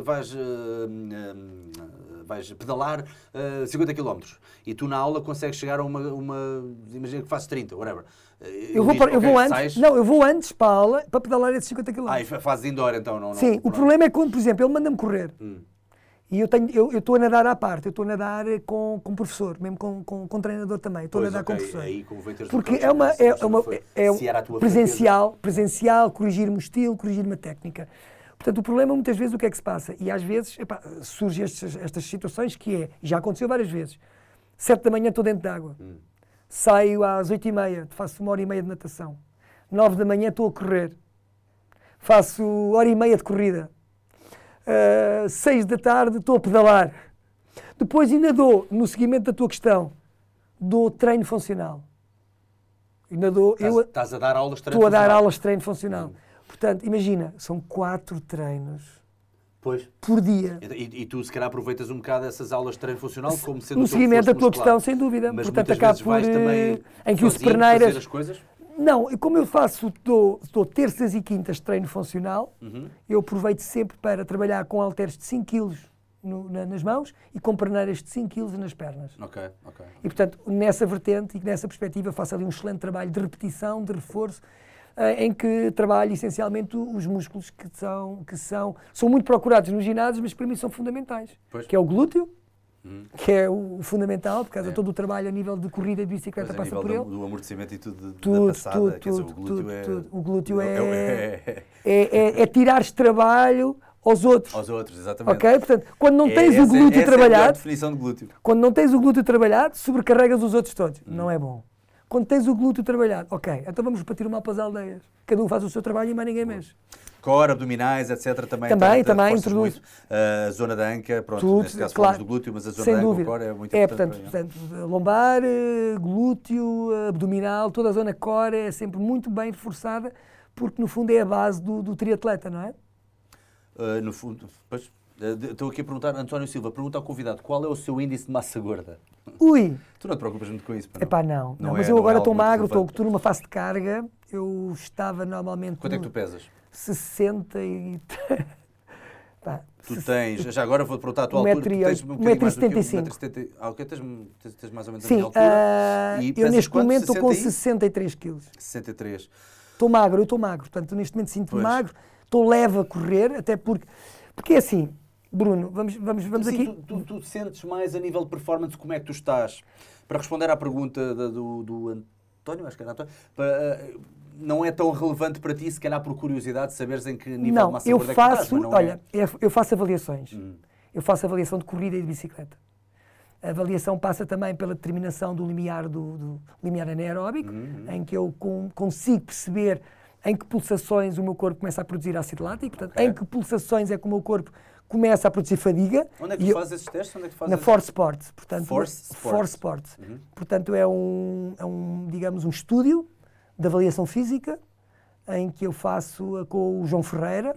vais pedalar 50 km e tu na aula consegues chegar a imagina que fazes 30, whatever. Eu vou antes para a aula para pedalar esses 50 km. E fazes indoor então? Não, sim, o problema é quando, por exemplo, ele manda-me correr. E eu estou a nadar à parte, eu estou a nadar com professor, mesmo com treinador também, estou a nadar com professor. Aí porque presencial, corrigir-me o estilo, corrigir-me a técnica. Portanto, o problema muitas vezes o que é que se passa? E às vezes surgem estas situações que já aconteceu várias vezes. 7 da manhã estou dentro de água, saio às 8h30, faço 1h30 de natação. 9 da manhã estou a correr, faço 1h30 de corrida. 6 da tarde estou a pedalar. Depois ainda dou, no seguimento da tua questão, dou treino funcional. Estás a dar aulas de treino funcional? Estou a dar aulas de treino funcional. Portanto, imagina, são 4 treinos por dia. E tu, se calhar, aproveitas um bocado essas aulas de treino funcional como sendo no seguimento da tua questão, sem dúvida. Mas portanto, acabo por também em que os perneiras fazer as coisas? Não, como eu dou terças e quintas de treino funcional, eu aproveito sempre para trabalhar com halteres de 5 kg nas mãos e com perneiras de 5 kg nas pernas. Ok. E, portanto, nessa vertente e nessa perspectiva faço ali um excelente trabalho de repetição, de reforço, em que trabalho essencialmente os músculos que são muito procurados nos ginásios, mas que para mim são fundamentais, que é o glúteo, que é o fundamental, por causa de todo o trabalho a nível de corrida e de bicicleta passa por ele. Do amortecimento e tudo da passada, tudo. O glúteo é tirares trabalho aos outros. Aos outros, exatamente. Ok? Portanto, quando não tens o glúteo essa trabalhado, é a definição de glúteo. quando não tens o glúteo trabalhado, sobrecarregas os outros todos. Não é bom. Quando tens o glúteo trabalhado, ok, então vamos partir o mal para as aldeias. Cada um faz o seu trabalho e mais ninguém mexe. Core, abdominais, etc. Também introduz. Muito. A zona da anca, pronto, Tudo, neste caso claro, falamos do glúteo, mas a zona sem da anca, dúvida. o core é muito importante. Portanto, lombar, glúteo, abdominal, toda a zona core é sempre muito bem reforçada, porque no fundo é a base do triatleta, não é? No fundo, pois, estou aqui a perguntar, António Silva, pergunta ao convidado, qual é o seu índice de massa gorda? Ui! Tu não te preocupas muito com isso? Epá, não, mas eu agora estou magro, estou numa fase de carga, eu estava normalmente... Quanto é que tu pesas? 60 e... Pá, tu tens, já agora vou-te perguntar a tua altura, tu tens um bocadinho mais do que 1,75 m. Ok, tens mais ou menos a minha altura. Sim, eu neste momento estou com 63 kg. 63. Estou magro, portanto neste momento sinto-me magro, estou leve a correr, até porque é assim, Bruno, vamos aqui... Tu sentes mais a nível de performance, como é que tu estás? Para responder à pergunta do António, acho que era António, não é tão relevante para ti, se calhar por curiosidade, saberes em que nível de massa gorda é que estás, mas não é? Eu faço avaliações. Eu faço avaliação de corrida e de bicicleta. A avaliação passa também pela determinação do limiar, do limiar anaeróbico, em que eu consigo perceber em que pulsações o meu corpo começa a produzir ácido lático, portanto, em que pulsações é que o meu corpo começa a produzir fadiga. Onde é que tu fazes esses testes? Onde é que tu fazes na Force Sport. Portanto, Force Sport. Portanto, é digamos, um estúdio de avaliação física, em que eu faço com o João Ferreira,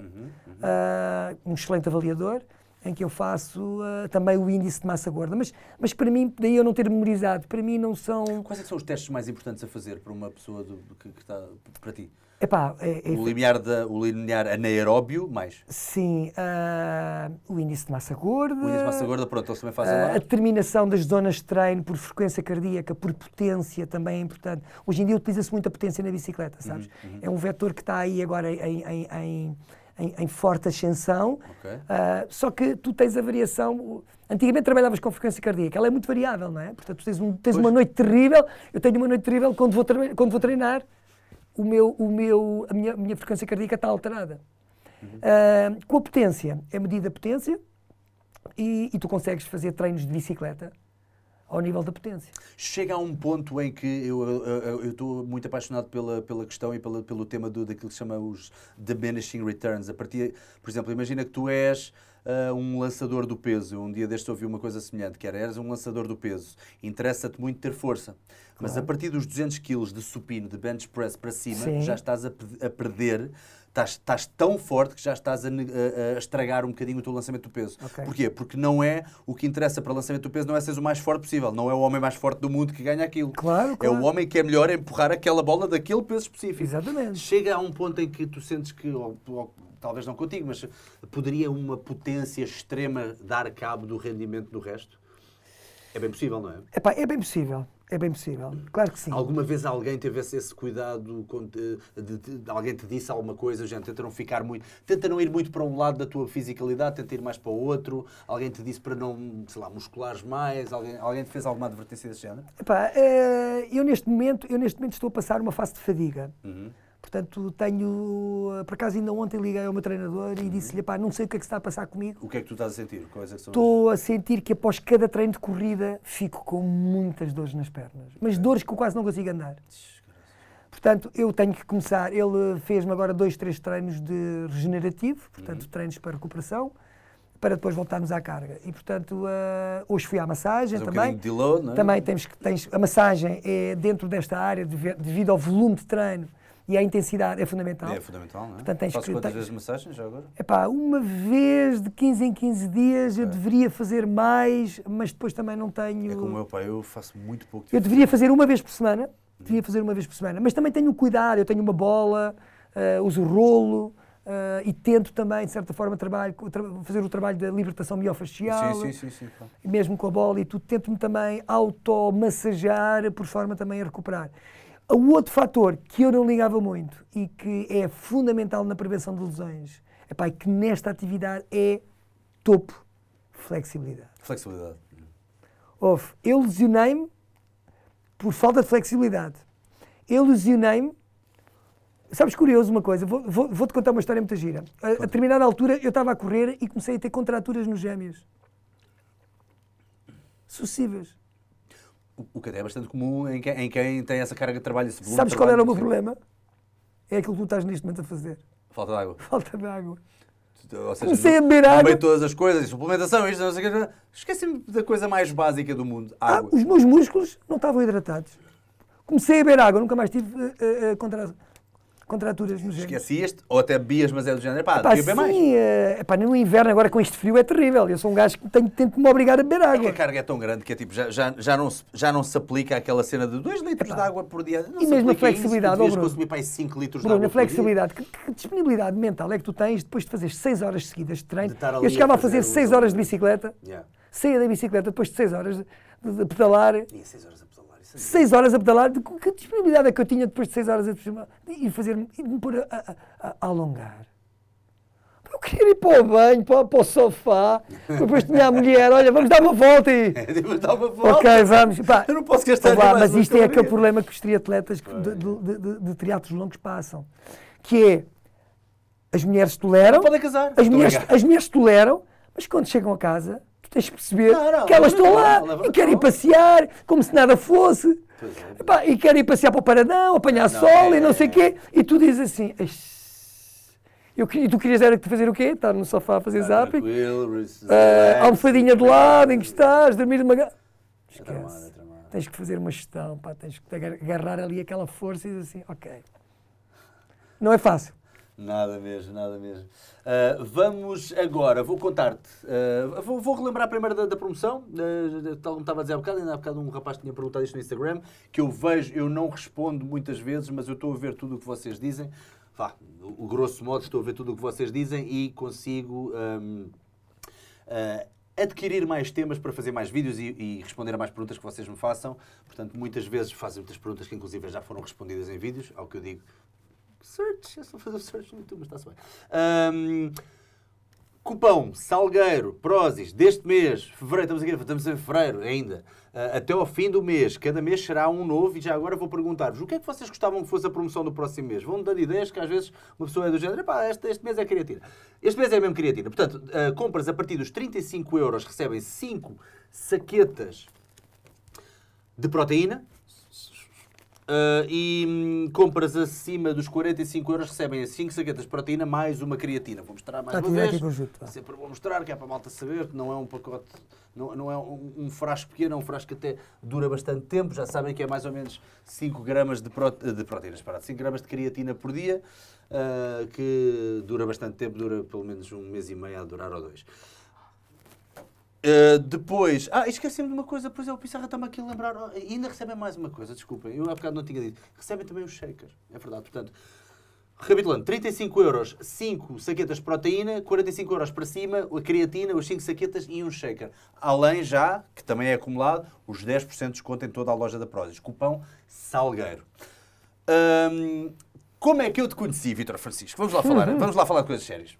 um excelente avaliador, em que eu faço também o índice de massa gorda. Mas para mim, daí eu não ter memorizado, para mim não são... Quais é que são os testes mais importantes a fazer para uma pessoa que está para ti? Epá, o limiar anaeróbio, mais? Sim, o índice de massa gorda... O índice de massa gorda, pronto, eles também fazem lá. A determinação das zonas de treino por frequência cardíaca, por potência, também é importante. Hoje em dia utiliza-se muito a potência na bicicleta, sabes? É um vetor que está aí agora em forte ascensão, só que tu tens a variação... Antigamente trabalhavas com frequência cardíaca, ela é muito variável, não é? Portanto, tu tens uma noite terrível, eu tenho uma noite terrível quando vou treinar. A minha frequência cardíaca está alterada. Com a potência, é medida a potência e tu consegues fazer treinos de bicicleta ao nível da potência. Chega a um ponto em que eu estou muito apaixonado pela questão e pelo tema daquilo que se chama os diminishing returns. Por exemplo, imagina que tu és um lançador do peso. Eu um dia deste ouvi uma coisa semelhante, que eras um lançador do peso. Interessa-te muito ter força. Mas a partir dos 200 kg de supino, de bench press para cima, já estás a perder, estás tão forte que já estás a estragar um bocadinho o teu lançamento do peso. Porquê? Porque não é o que interessa para o lançamento do peso, não é seres o mais forte possível. Não é o homem mais forte do mundo que ganha aquilo. Claro. É o homem que é melhor a empurrar aquela bola daquele peso específico. Exatamente. Chega a um ponto em que tu sentes que, ou talvez não contigo, mas poderia uma potência extrema dar cabo do rendimento do resto? É bem possível, não é? Epá, é bem possível. É bem possível, claro que sim. Alguma vez alguém teve esse cuidado, alguém te disse alguma coisa, gente, tenta não ir muito para um lado da tua fisicalidade, tenta ir mais para o outro, alguém te disse para não, sei lá, musculares mais, alguém te fez alguma advertência desse género? Epá, eu neste momento estou a passar uma fase de fadiga. Portanto, por acaso ainda ontem liguei ao meu treinador e disse-lhe, pá, não sei o que é que se está a passar comigo. O que é que tu estás a sentir? Estou a sentir que após cada treino de corrida fico com muitas dores nas pernas. Mas dores que eu quase não consigo andar. Portanto, eu tenho que começar. Ele fez-me agora 2, 3 treinos de regenerativo, portanto, treinos para recuperação, para depois voltarmos à carga. E, portanto, hoje fui à massagem também. De load, não é? Também a massagem é dentro desta área, devido ao volume de treino. E a intensidade é fundamental. É fundamental, não é? Portanto, fazes quantas vezes massagens já agora? Epá, uma vez de 15 em 15 dias, eu deveria fazer mais, mas depois também não tenho... É como eu, pá, eu faço muito pouco. Eu deveria fazer uma vez por semana, mas também tenho cuidado, eu tenho uma bola, uso o rolo e tento também, de certa forma, fazer o trabalho da libertação miofascial. Sim. Mesmo com a bola e tudo, tento-me também automassagear por forma também a recuperar. O outro fator que eu não ligava muito e que é fundamental na prevenção de lesões é que nesta atividade é topo, flexibilidade. Flexibilidade. Eu lesionei-me por falta de flexibilidade. Eu lesionei-me Sabes, curioso uma coisa, vou-te contar uma história muito gira. A determinada altura eu estava a correr e comecei a ter contraturas nos gêmeos. Sucessivas. O que até é bastante comum em quem tem essa carga de trabalho. Esse volume Sabes de qual trabalho, era o meu problema? É aquilo que tu estás neste momento a fazer. Falta de água. Falta de água. Ou seja, Comecei a beber água. No meio de todas as coisas, suplementação, isto, não sei o quê. Esqueci-me da coisa mais básica do mundo. Água. Os meus músculos não estavam hidratados. Comecei a beber água, nunca mais tive contraturas nos gêmeos. Esquecias-te, ou até bebias, mas é do género, Pá, devia beber mais. sim, no inverno, agora com este frio, é terrível. Eu sou um gajo que tento me obrigar a beber É que água. a carga é tão grande que é tipo, já não se aplica aquela cena de 2 litros de água por dia. Não E se mesmo a aplica isso, flexibilidade, devias Bruno. consumir para aí 5 litros de Bruno, água a por dia. flexibilidade, que disponibilidade mental é que tu tens depois de fazer 6 horas seguidas de treino? De estar ali Eu chegava a a fazer fazer 6 os horas de outros. bicicleta, Yeah. saía da bicicleta depois de 6 horas de pedalar. E 6 horas a pedalar. Isso é 6 horas a pedalar, que disponibilidade é que eu tinha depois de 6 horas a e me pôr a alongar? Eu queria ir para o banho, para o sofá, depois tinha a mulher, olha, vamos dar uma volta e... tipo, dá uma volta. Ok, vamos. Pá, Eu não posso gastar vá, mais mas uma isto é aquele caloria. problema que os triatletas de triatlos longos passam, que é, as mulheres toleram, Não podem casar. as mulheres toleram, mas quando chegam a casa, tu tens de perceber Não, que elas leva estão na lá mão, leva e na querem ir mão. passear, como se nada fosse. Pois é. Epá, e querem ir passear para o Paradão, apanhar sol e não sei o quê, e tu dizes assim, e tu querias era fazer o quê? Estar no sofá a fazer zapping, Tranquilo, almofadinha de lado, em que estás, dormir de uma... tramado, Esquece. é tramado. Tens que fazer uma gestão, pá, tens que agarrar ali aquela força e dizer assim, ok. Não é fácil. Nada mesmo, nada mesmo. Vamos agora, vou contar-te, vou relembrar primeiro da promoção, tal como estava a dizer há bocado, ainda há bocado um rapaz tinha perguntado isto no Instagram, que eu vejo, eu não respondo muitas vezes, mas eu estou a ver tudo o que vocês dizem, o grosso modo estou a ver tudo o que vocês dizem e consigo adquirir mais temas para fazer mais vídeos e responder a mais perguntas que vocês me façam. Portanto, muitas vezes fazem muitas perguntas que inclusive já foram respondidas em vídeos, ao que eu digo, search, é só fazer search no YouTube, mas está-se bem. Cupão Salgueiro Prozis deste mês, fevereiro, estamos em fevereiro ainda, até ao fim do mês, cada mês será um novo e já agora vou perguntar-vos o que é que vocês gostavam que fosse a promoção do próximo mês? Vão-me dando ideias que às vezes uma pessoa é do género, este mês é creatina. Este mês é mesmo creatina. Portanto, compras a partir dos 35 euros recebem 5 saquetas de proteína. E compras acima dos 45 euros recebem as 5 saquetas de proteína mais uma creatina. Vou mostrar mais uma vez. Sempre vou mostrar, que é para a malta saber que não é um pacote, não é um frasco pequeno, é um frasco que até dura bastante tempo. Já sabem que é mais ou menos 5 gramas de proteínas, 5 gramas de creatina por dia, que dura bastante tempo, dura pelo menos um mês e meio a durar ou 2. Depois, esqueci-me de uma coisa, pois é, o Pissarra está-me aqui a lembrar, ainda recebem mais uma coisa, desculpem, eu há bocado não tinha dito, recebem também os shakers, é verdade, portanto, recapitulando, 35 euros, 5 saquetas de proteína, 45 euros para cima, a creatina, os 5 saquetas e um shaker, além já, que também é acumulado, os 10% de desconto em toda a loja da Prozis, cupão Salgueiro. Como é que eu te conheci, Vítor Francisco? Vamos lá falar de coisas sérias.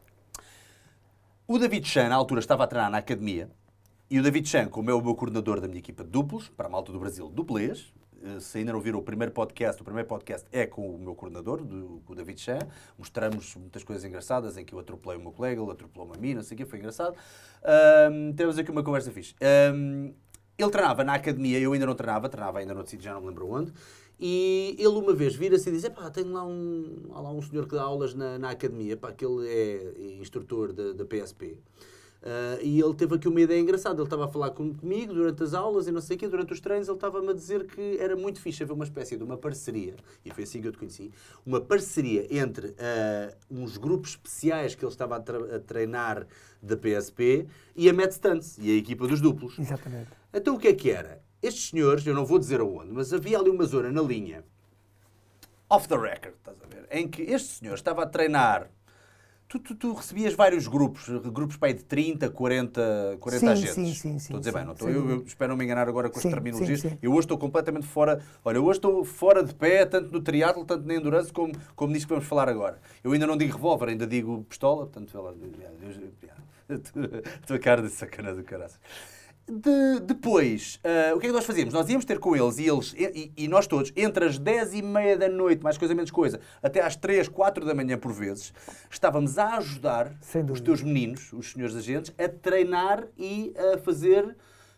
O David Chan, na altura, estava a treinar na academia e o David Chan, como é o meu coordenador da minha equipa de duplos, para a malta do Brasil, duplês, se ainda não viram o primeiro podcast é com o meu coordenador, com o David Chan. Mostramos muitas coisas engraçadas, em que eu atropelei o meu colega, ele atropelou-me a mim, não sei o quê, foi engraçado. Temos aqui uma conversa fixe. Ele treinava na academia, eu ainda não treinava ainda no sítio, já não me lembro onde. E ele uma vez vira-se e diz, tenho lá um senhor que dá aulas na academia, que ele é instrutor da PSP. E ele teve aqui uma ideia engraçada, ele estava a falar comigo durante as aulas e não sei o quê, durante os treinos ele estava-me a dizer que era muito fixe haver uma espécie de uma parceria, e foi assim que eu te conheci, uma parceria entre uns grupos especiais que ele estava a treinar da PSP e a Mad Stunts, e a equipa dos duplos. Exatamente. Então o que é que era? Estes senhores, eu não vou dizer aonde, mas havia ali uma zona na linha, off the record, estás a ver, em que este senhor estava a treinar. Tu recebias vários grupos para aí de 30, 40 agentes. Sim. Estou a dizer bem, não estou, eu espero não me enganar agora com as terminologias. Sim. Eu hoje estou completamente fora, hoje estou fora de pé, tanto no triatlo, tanto na endurance, como nisto que vamos falar agora. Eu ainda não digo revólver, ainda digo pistola, portanto, a tua cara de sacana do caraças. Depois, o que é que nós fazíamos? Nós íamos ter com eles e nós todos, entre as 10h30 da noite, mais coisa menos coisa, até às 3, 4 da manhã por vezes, estávamos a ajudar os teus meninos, os senhores agentes, a treinar e a fazer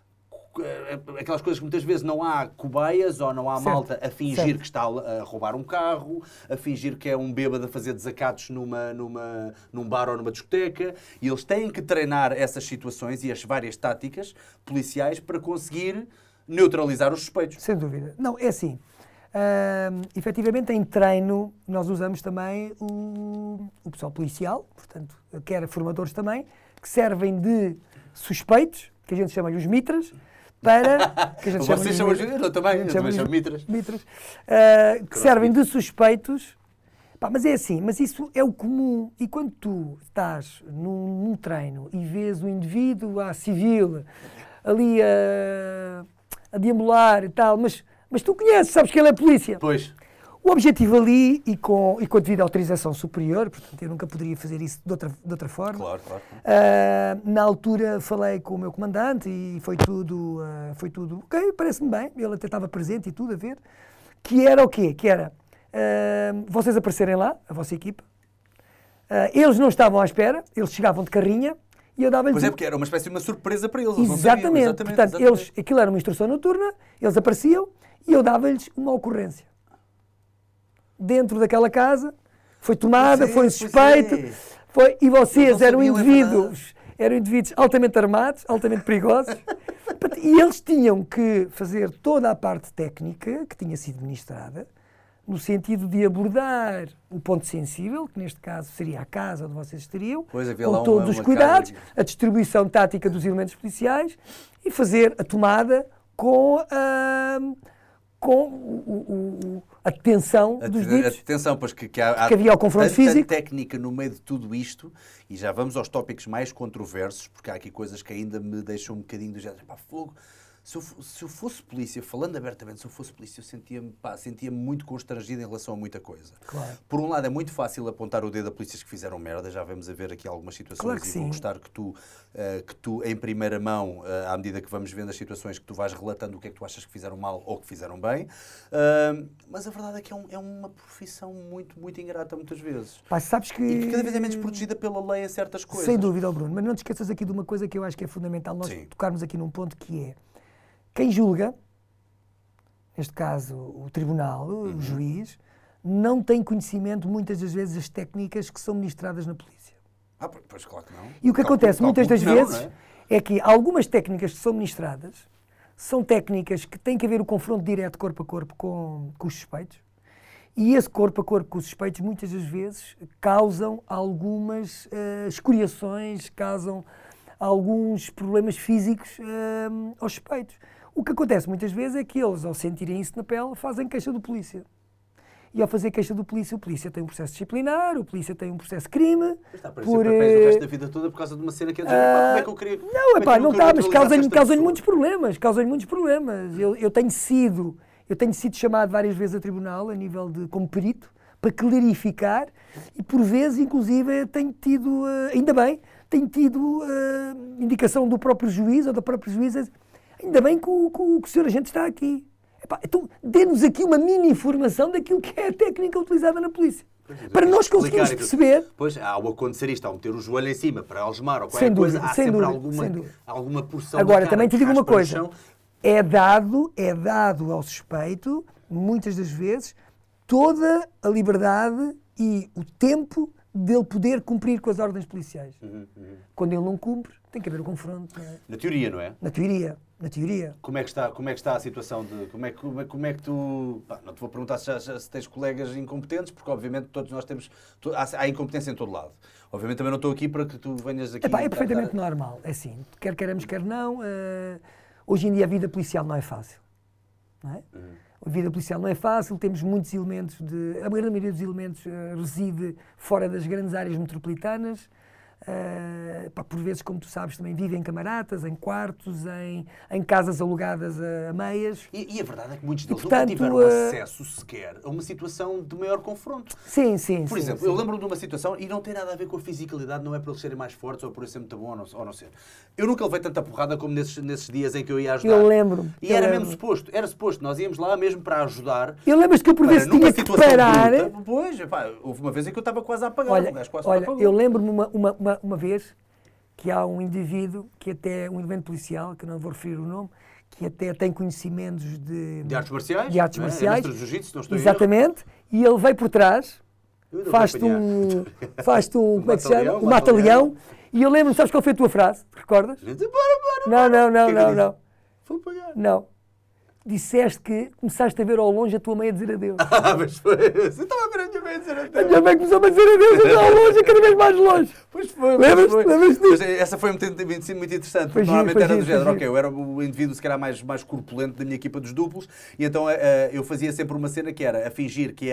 aquelas coisas que muitas vezes não há cobaias ou não há malta a fingir que está a roubar um carro, a fingir que é um bêbado a fazer desacatos num bar ou numa discoteca, e eles têm que treinar essas situações e as várias táticas policiais para conseguir neutralizar os suspeitos. Sem dúvida. Não, é assim. Efetivamente, em treino, nós usamos também o pessoal policial, portanto, quer formadores também, que servem de suspeitos, que a gente chama os mitras, para... Que a gente Vocês chamam os mitras? Eu também chamo mitras. Que servem de suspeitos. Pá, mas é assim, mas isso é o comum. E quando tu estás num treino e vês o indivíduo civil ali a deambular e tal, mas tu conheces, sabes que ele é polícia. Pois. O objetivo ali, e com a devida autorização superior, portanto eu nunca poderia fazer isso de outra forma. Claro. Na altura falei com o meu comandante e foi tudo ok, parece-me bem, ele até estava presente e tudo a ver, que era o quê? Que era vocês aparecerem lá, a vossa equipa, eles não estavam à espera, eles chegavam de carrinha e eu dava-lhes... Pois é, porque era uma espécie de uma surpresa para eles. Exatamente. Portanto, aquilo era uma instrução noturna, eles apareciam e eu dava-lhes uma ocorrência. Dentro daquela casa, foi tomada, foi um suspeito, e vocês eram indivíduos altamente armados, altamente perigosos, e eles tinham que fazer toda a parte técnica que tinha sido ministrada, no sentido de abordar o ponto sensível, que neste caso seria a casa onde vocês estariam, com todos os cuidados, a distribuição tática dos elementos policiais, e fazer a tomada com a detenção dos ditos. A detenção, pois que havia o confronto físico. Técnica no meio de tudo isto, e já vamos aos tópicos mais controversos, porque há aqui coisas que ainda me deixam um bocadinho do género. Pá, fogo. Se eu fosse polícia, falando abertamente, se eu fosse polícia, eu sentia-me muito constrangido em relação a muita coisa. Claro. Por um lado, é muito fácil apontar o dedo a polícias que fizeram merda, já vamos a ver aqui algumas situações, claro que e sim. vou gostar que tu, em primeira mão, à medida que vamos vendo as situações, que tu vais relatando o que é que tu achas que fizeram mal ou que fizeram bem, mas a verdade é que é uma profissão muito, muito ingrata muitas vezes. Pá, sabes que... E que cada vez é menos protegida pela lei em certas coisas. Sem dúvida, Bruno, mas não te esqueças aqui de uma coisa que eu acho que é fundamental nós tocarmos aqui num ponto, que é quem julga, neste caso o tribunal, o juiz, não tem conhecimento muitas das vezes das técnicas que são ministradas na polícia. Pois claro que não. E o que acontece muitas das vezes é que algumas técnicas que são ministradas são técnicas que têm que haver o confronto direto corpo a corpo com os suspeitos, e esse corpo a corpo com os suspeitos muitas das vezes causam algumas escoriações, causam alguns problemas físicos aos suspeitos. O que acontece muitas vezes é que eles, ao sentirem isso na pele, fazem queixa do polícia. E ao fazer queixa do polícia, o polícia tem um processo disciplinar, o polícia tem um processo de crime. Mas está a parecer o resto da vida toda por causa de uma cena que é dizer, como é que eu queria... Não está, mas causa-lhe muitos problemas, Eu tenho sido chamado várias vezes a tribunal, a nível como perito, para clarificar, e por vezes, inclusive, tenho tido, ainda bem, indicação do próprio juiz ou da própria juíza, ainda bem que o senhor agente está aqui. Então, dê-nos aqui uma mini informação daquilo que é a técnica utilizada na polícia. Para nós conseguirmos perceber... Pois, ao acontecer isto, ao meter o joelho em cima para algemar ou qualquer coisa, há sempre alguma porção. Agora, também te digo uma coisa. É dado ao suspeito, muitas das vezes, toda a liberdade e o tempo dele poder cumprir com as ordens policiais. Quando ele não cumpre, tem que haver o confronto. Não é? Na teoria, não é? Na teoria. Como é que está a situação de... Como é que tu... não te vou perguntar se tens colegas incompetentes, porque obviamente todos nós temos... Há incompetência em todo lado. Obviamente também não estou aqui para que tu venhas aqui... É perfeitamente normal. É assim, quer queiramos, quer não. Hoje em dia a vida policial não é fácil. Não é? A vida policial não é fácil, temos muitos elementos a grande maioria dos elementos reside fora das grandes áreas metropolitanas. Por vezes, como tu sabes, também vivem em camaratas, em quartos, em casas alugadas a meias. E a verdade é que muitos deles portanto, nunca tiveram acesso sequer a uma situação de maior confronto. Sim, sim. Por exemplo, sim. eu lembro-me de uma situação, e não tem nada a ver com a fisicalidade, não é para eles serem mais fortes ou por isso ser muito bom ou não ser. Eu nunca levei tanta porrada como nesses dias em que eu ia ajudar. Eu lembro-me. E era mesmo suposto, nós íamos lá mesmo para ajudar. Eu lembro-me que eu por vezes tinha que parar. Bruta, pois, houve uma vez em que eu estava quase a apagar. Eu lembro-me uma vez que há um indivíduo, que até um evento policial, que não vou referir o nome, que até tem conhecimentos de artes marciais. De artes marciais. É mestre de jiu-jitsu, não estou exatamente. E ele veio por trás, faz-te um como é que se chama? Um mata-leão. E eu lembro-me, sabes qual foi a tua frase? Recordas? Não. Vou pagar. Não. Disseste que começaste a ver ao longe a tua mãe a dizer adeus. Mas foi. Você estava a ver a minha mãe a dizer adeus. A minha mãe começou a dizer adeus, eu ao longe, cada vez mais longe. Pois foi. Lembras-te disso? Essa foi muito interessante, porque normalmente era do género, ok, eu era o indivíduo se calhar mais corpulento da minha equipa dos duplos, e então eu fazia sempre uma cena que era a fingir que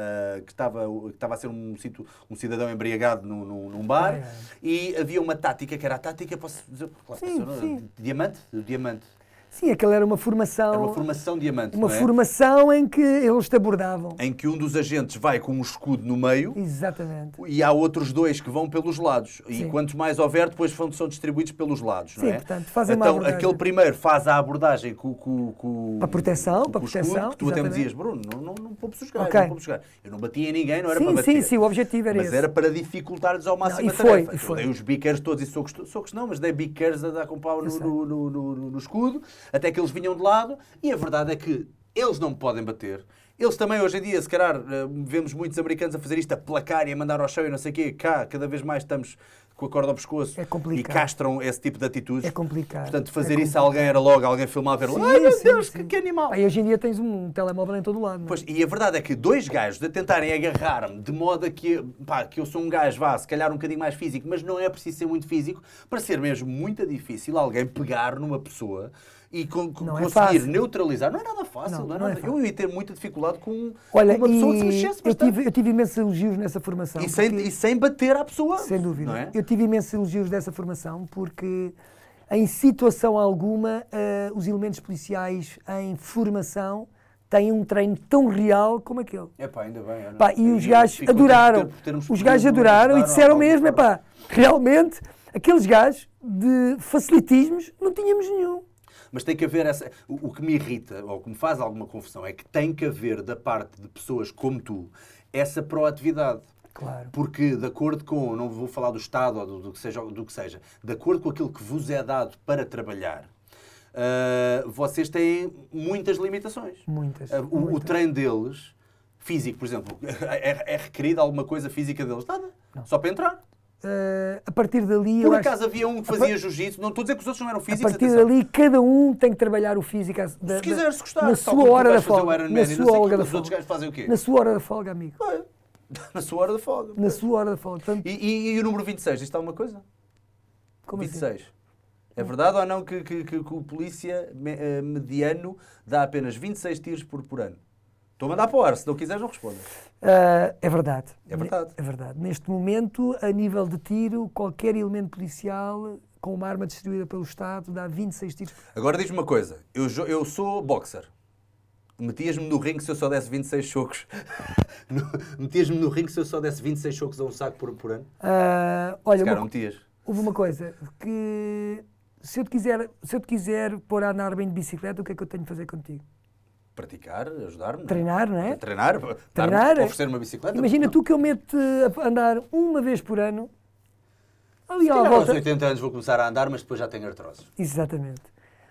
estava a ser um cidadão embriagado num bar, e havia uma tática, que era a tática, posso dizer, sim. Diamante. Sim, aquela era uma formação... Era uma formação diamante, uma formação em que eles te abordavam. Em que um dos agentes vai com um escudo no meio. Exatamente. E há outros dois que vão pelos lados. Sim. E quantos mais houver, depois são distribuídos pelos lados, não é? Sim, portanto, fazem uma então, abordagem. aquele primeiro faz a abordagem com para proteção, com o escudo, que tu até me dizias, Bruno, não poupo jogar, okay. não poupo jogar. Eu não batia em ninguém, não era para bater. Sim, o objetivo era esse. Mas era para dificultar-lhes ao máximo a tarefa. Eu dei os biqueiros todos e socos não, mas dei biqueiros a dar com pau no escudo, até que eles vinham de lado, e a verdade é que eles não me podem bater. Eles também, hoje em dia, se calhar, vemos muitos americanos a fazer isto, a placar e a mandar ao chão e não sei o quê. Cá, cada vez mais estamos com a corda ao pescoço e castram esse tipo de atitudes. É complicado. Portanto, fazer isso a alguém era logo, alguém filmar a ver, ai meu Deus, que animal. E hoje em dia tens um telemóvel em todo lado. Não é? Pois, e a verdade é que dois gajos a tentarem agarrar-me de modo a que eu sou um gajo, se calhar um bocadinho mais físico, mas não é preciso ser muito físico, para ser mesmo muito difícil alguém pegar numa pessoa e conseguir neutralizar. Não é nada fácil. Não é fácil. Eu ia ter muita dificuldade com uma pessoa que se mexesse bastante. Eu tive imensos elogios nessa formação. E sem bater à pessoa. Sem dúvida. Não é? Eu tive imensos elogios dessa formação porque, em situação alguma, os elementos policiais em formação têm um treino tão real como aquele. Ainda bem. E os gajos adoraram. Os gajos adoraram e disseram mesmo, realmente, aqueles gajos de facilitismos não tínhamos nenhum. Mas tem que haver o que me irrita, ou que me faz alguma confusão, é que tem que haver, da parte de pessoas como tu, essa proatividade. Claro. Porque, de acordo com, não vou falar do Estado ou do que seja, de acordo com aquilo que vos é dado para trabalhar, vocês têm muitas limitações. Muitas. O treino deles, físico, por exemplo, é requerido alguma coisa física deles? Nada. Não. Só para entrar. A partir dali... Por acaso havia um que fazia jiu-jitsu, não estou a dizer que os outros não eram físicos. A partir dali, cada um tem que trabalhar o físico se quiser, se gostar. Na sua hora da folga. Os outros gajos fazem o quê? Na sua hora da folga, amigo. Na sua hora da folga. Na sua hora da folga. Portanto... E o número 26, isto é alguma coisa? Como 26. Assim? É verdade ou não que o polícia mediano dá apenas 26 tiros por ano? Estou a mandar para o ar, se não quiseres não respondas. É verdade. É verdade. É verdade. Neste momento, a nível de tiro, qualquer elemento policial com uma arma distribuída pelo Estado dá 26 tiros. Agora diz-me uma coisa, eu sou boxer. Metias-me no ringue se eu só desse 26 chocos. Metias-me no ringue se eu só desse 26 chocos a um saco por ano? Olha, não metias. Houve uma coisa, que se eu te quiser pôr a andar bem de bicicleta, o que é que eu tenho de fazer contigo? Praticar, ajudar-me. Treinar, não é? Treinar. Oferecer uma bicicleta. Imagina tu que eu meto a andar uma vez por ano. Ali à volta. Aos 80 anos vou começar a andar, mas depois já tenho artrose. Exatamente.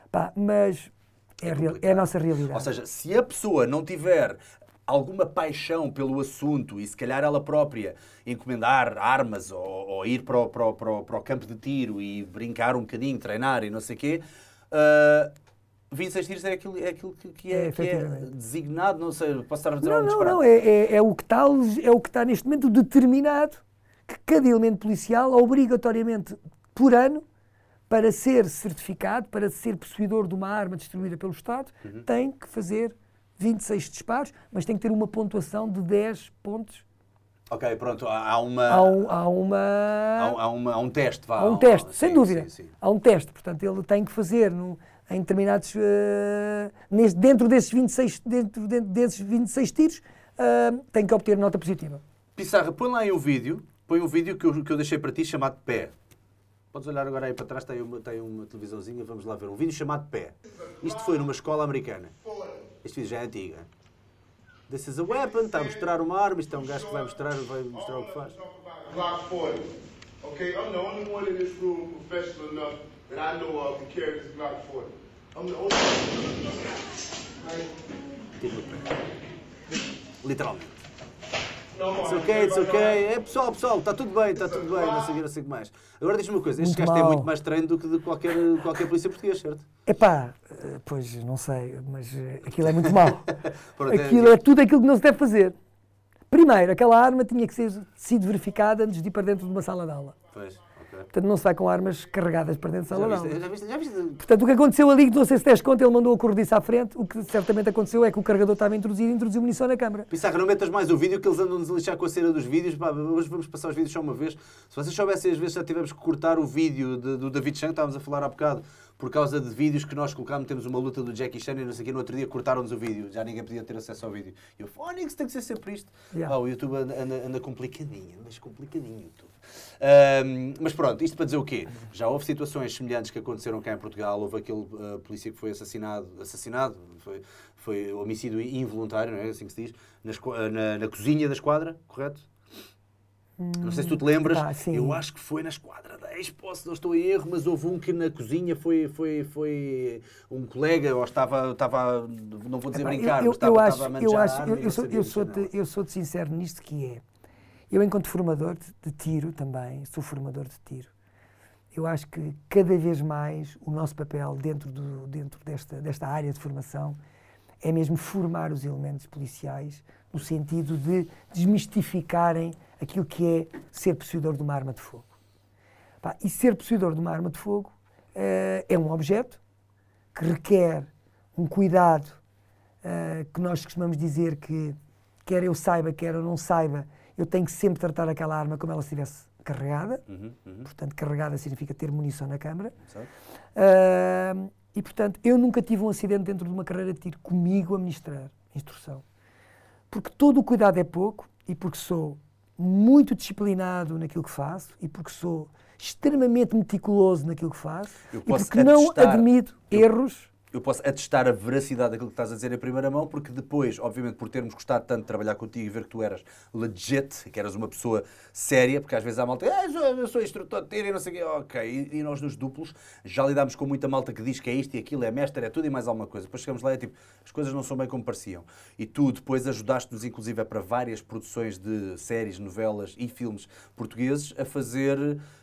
Mas é a nossa realidade. Ou seja, se a pessoa não tiver alguma paixão pelo assunto e se calhar ela própria encomendar armas ou ir para o campo de tiro e brincar um bocadinho, treinar e não sei o quê, 26 tiros é aquilo que é designado, não sei, posso estar a dizer algo disparado. Não, é o que está neste momento determinado, que cada elemento policial, obrigatoriamente, por ano, para ser certificado, para ser possuidor de uma arma distribuída pelo Estado, tem que fazer 26 disparos, mas tem que ter uma pontuação de 10 pontos Ok, pronto, há um teste, vá. Há um teste, sem sim, dúvida. Sim. Há um teste, portanto ele tem que fazer em determinados, dentro desses 26 tiros, tem que obter nota positiva. Pissarra, põe lá aí um vídeo que eu deixei para ti chamado Pé. Podes olhar agora aí para trás, tem uma televisãozinha, vamos lá ver. Um vídeo chamado Pé. Isto foi numa escola americana. Este vídeo já é antigo. This is a weapon, está a mostrar uma arma, isto é um gajo que vai mostrar o que faz. Glock 40. Okay, I'm the only one in this room professional enough that I know of to carry this Glock 40. I'm the only Tiro no pé. Literalmente. one. It's ok. É pessoal, está tudo bem, não sei o que mais. Agora diz-me uma coisa, este gajo tem muito mais treino do que de qualquer polícia português, certo? Epá, pois não sei, mas aquilo é muito mau. Pronto, Aquilo é tudo aquilo que não se deve fazer. Primeiro, aquela arma tinha que ser sido verificada antes de ir para dentro de uma sala de aula. Pois, ok. Portanto, não se vai com armas carregadas para dentro de sala de aula. Já viste? Portanto, o que aconteceu ali, não sei se deste conta, ele mandou a corrediça à frente, o que certamente aconteceu é que o carregador estava introduzido e introduziu munição na câmara. Pissarra, não metas mais o vídeo que eles andam-nos a lixar com a cena dos vídeos. Pá, hoje vamos passar os vídeos só uma vez. Se vocês soubessem, às vezes já tivemos que cortar o vídeo do David Chan, que estávamos a falar há bocado, por causa de vídeos que nós colocámos. Temos uma luta do Jackie Chan e não sei o quê. No outro dia cortaram-nos o vídeo. Já ninguém podia ter acesso ao vídeo. E eu falei, Nix, tem que ser sempre isto. Yeah. O YouTube anda complicadinho. Mas complicadinho, YouTube. Mas pronto, isto para dizer o quê? Já houve situações semelhantes que aconteceram cá em Portugal. Houve aquele polícia que foi assassinado, foi homicídio involuntário, não é assim que se diz, na cozinha da esquadra, correto? Não sei se tu te lembras, eu acho que foi na esquadra 10, se não estou em erro, mas houve um que na cozinha foi um colega, ou estava não vou dizer brincar, mas estava a manjar. Eu sou-te sincero nisto, que é, eu enquanto formador de tiro também, sou formador de tiro, eu acho que cada vez mais o nosso papel dentro desta área de formação é mesmo formar os elementos policiais no sentido de desmistificarem aquilo que é ser possuidor de uma arma de fogo. E ser possuidor de uma arma de fogo é um objeto que requer um cuidado que nós costumamos dizer que, quer eu saiba, quer eu não saiba, eu tenho que sempre tratar aquela arma como ela estivesse carregada. Portanto, carregada significa ter munição na câmara. E, portanto, eu nunca tive um acidente dentro de uma carreira de tiro comigo a ministrar instrução. Porque todo o cuidado é pouco e porque sou muito disciplinado naquilo que faço e porque sou extremamente meticuloso naquilo que faço e porque não admito erros. Eu posso atestar a veracidade daquilo que estás a dizer em primeira mão, porque depois, obviamente, por termos gostado tanto de trabalhar contigo e ver que tu eras legit, que eras uma pessoa séria, porque às vezes há malta, eu sou instrutor de tiro e não sei o quê, ok, e nós nos duplos já lidámos com muita malta que diz que é isto e aquilo, é mestre, é tudo e mais alguma coisa. Depois chegamos lá e é tipo, as coisas não são bem como pareciam. E tu depois ajudaste-nos, inclusive, para várias produções de séries, novelas e filmes portugueses a fazer...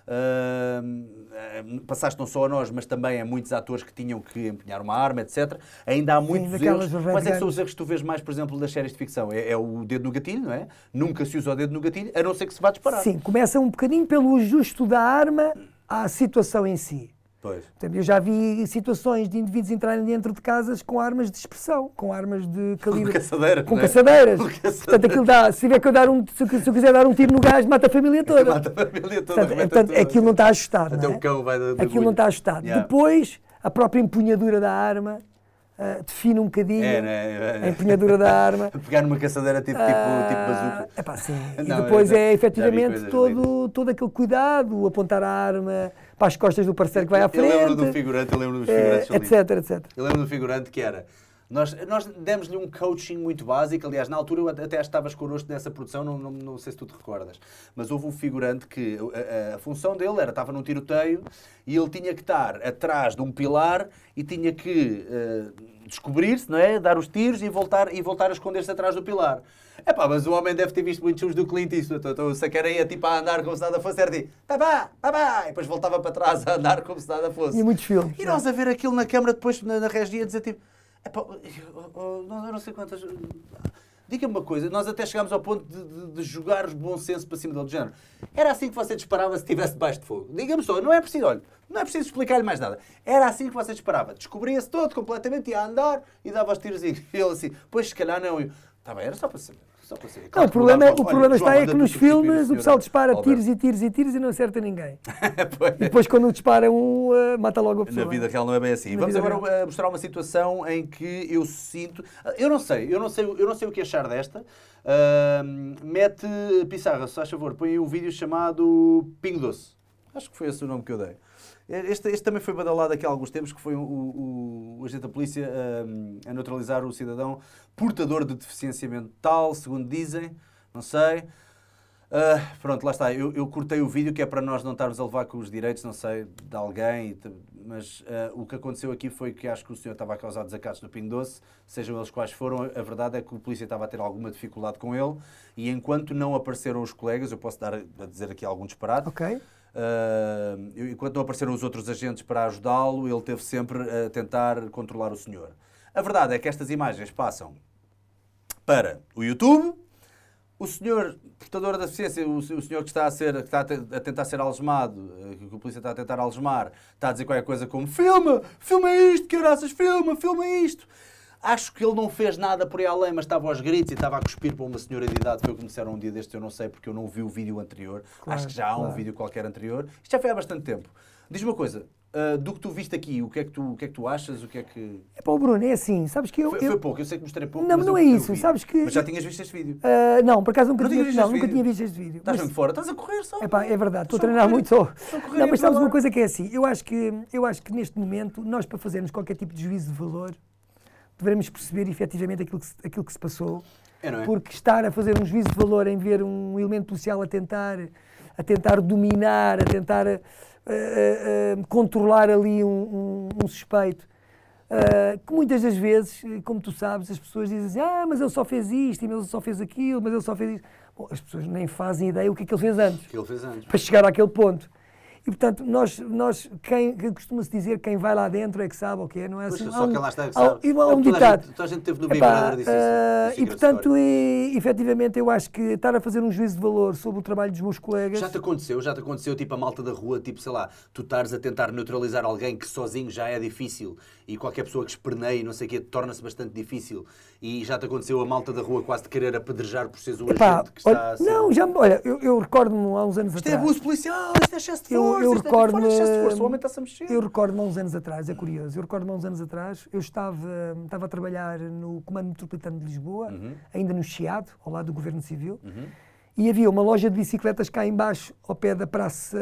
passaste não só a nós, mas também a muitos atores que tinham que empenhar uma arma, etc. Ainda há muitos erros. Quais é que são os erros que tu vês mais, por exemplo, das séries de ficção? É o dedo no gatilho, não é? Nunca se usa o dedo no gatilho, a não ser que se vá disparar. Sim, começa um bocadinho pelo ajuste da arma à situação em si. Pois. Eu já vi situações de indivíduos entrarem dentro de casas com armas de dispersão, com armas de calibre... Com caçadeiras. Portanto, aquilo dá, se tiver que eu dar se eu quiser dar um tiro no gajo, mata a família toda. Mata a família toda. Portanto, aquilo não está ajustado. Até não é? o cão vai da aquilo não está ajustado. Yeah. Depois, a própria empunhadura da arma define um bocadinho a empunhadura da arma. Pegar numa caçadeira tipo bazuca. Sim. Não, e depois é efetivamente todo aquele cuidado, apontar a arma para as costas do parceiro que vai à frente. Eu lembro dos figurantes. Etc. Eu lembro do figurante que era... Nós demos-lhe um coaching muito básico, aliás, na altura eu até estavas connosco nessa produção, não sei se tu te recordas, mas houve um figurante que a função dele estava num tiroteio e ele tinha que estar atrás de um pilar e tinha que descobrir-se, não é? Dar os tiros e voltar a esconder-se atrás do pilar. Mas o homem deve ter visto muitos filmes do Clint Eastwood, então o saqueira ia tipo a andar como se nada fosse, era tipo, e depois voltava para trás a andar como se nada fosse. E muitos filmes. E nós a ver aquilo na câmara depois na regia a dizer tipo, eu não sei quantas... Diga-me uma coisa, nós até chegámos ao ponto de jogar os bom senso para cima dele, de género. Era assim que você disparava se estivesse debaixo de fogo. Diga-me só, não é preciso explicar-lhe mais nada. Era assim que você disparava. Descobria-se todo completamente, ia a andar e dava os tiros e ele assim, pois se calhar não. Está bem, era só para saber. Só para ser. Não, Claro o problema, que o olha, problema está João, é que anda nos tu a substituir filmes o pessoal dispara tiros e tiros e tiros e não acerta ninguém. Pois. E depois quando dispara um, mata logo a pessoa. Na vida real não é bem assim. Na Vamos vida agora mostrar uma situação em que eu sinto... Eu não sei o que achar desta. Mete Pissarra, se faz favor, põe aí um vídeo chamado Pingo Doce. Acho que foi esse o nome que eu dei. Este também foi badalado aqui há alguns tempos, que foi o agente da polícia a neutralizar o cidadão portador de deficiência mental, segundo dizem, não sei. Pronto, lá está. Eu cortei o vídeo, que é para nós não estarmos a levar com os direitos, não sei, de alguém, mas o que aconteceu aqui foi que acho que o senhor estava a causar desacatos no Pingo Doce, sejam eles quais foram. A verdade é que o polícia estava a ter alguma dificuldade com ele e enquanto não apareceram os colegas, eu posso dar a dizer aqui algum disparate. Ok. Enquanto não apareceram os outros agentes para ajudá-lo, ele teve sempre a tentar controlar o senhor. A verdade é que estas imagens passam para o YouTube. O senhor portador da deficiência, o senhor que está a tentar ser algemado, que a polícia está a tentar algemar, está a dizer qualquer coisa como filma isto, que graças, filma isto. Acho que ele não fez nada por aí além, mas estava aos gritos e estava a cuspir para uma senhora de idade. Foi o que me disseram um dia destes, eu não sei, porque eu não vi o vídeo anterior. Claro, acho que já há um vídeo qualquer anterior. Isto já foi há bastante tempo. Diz-me uma coisa, do que tu viste aqui, o que é que tu achas? O que é que... É para o Bruno, é assim, sabes que Foi pouco, eu sei que mostrei pouco, Não, mas não eu é isso, vi. sabes que... Mas já tinhas visto este vídeo? Não, por acaso nunca Não tinhas visto este nunca vídeo? tinha visto este vídeo. Estás mesmo fora, estás a correr só. É verdade, estou a Só treinar correr. muito só. Só correr Não, e mas sabes falar. uma coisa que é assim, eu acho que neste momento, nós para fazermos qualquer tipo de juízo de valor, devemos perceber efetivamente aquilo que se passou, Não é? porque estar a fazer um juízo de valor em ver um elemento policial a tentar dominar, a tentar controlar ali um suspeito, que muitas das vezes, como tu sabes, as pessoas dizem assim, mas ele só fez isto, mas ele só fez aquilo, mas ele só fez isto. Bom, as pessoas nem fazem ideia o que é que ele fez antes, para chegar àquele ponto. E, portanto, quem costuma-se dizer que quem vai lá dentro é que sabe o que é, não é assim? Pois, só quem lá está é que sabe. E há um ditado. Toda a gente teve no Big Brother disse isso. E, portanto, efetivamente, eu acho que estar a fazer um juízo de valor sobre o trabalho dos meus colegas... Já te aconteceu, tipo, a malta da rua, tipo, sei lá, tu estares a tentar neutralizar alguém que sozinho já é difícil e qualquer pessoa que esperneie, não sei o quê, torna-se bastante difícil. E já te aconteceu a malta da rua quase de querer apedrejar por seres o agente que está a ser... Não, olha, eu recordo-me há uns anos atrás... Isto é abuso policial, isto é excesso de força, Eu recordo-me... o homem está-se a mexer. Eu recordo-me há uns anos atrás, é curioso, eu estava a trabalhar no Comando Metropolitano de Lisboa, ainda no Chiado, ao lado do Governo Civil, e havia uma loja de bicicletas cá em baixo, ao pé da praça,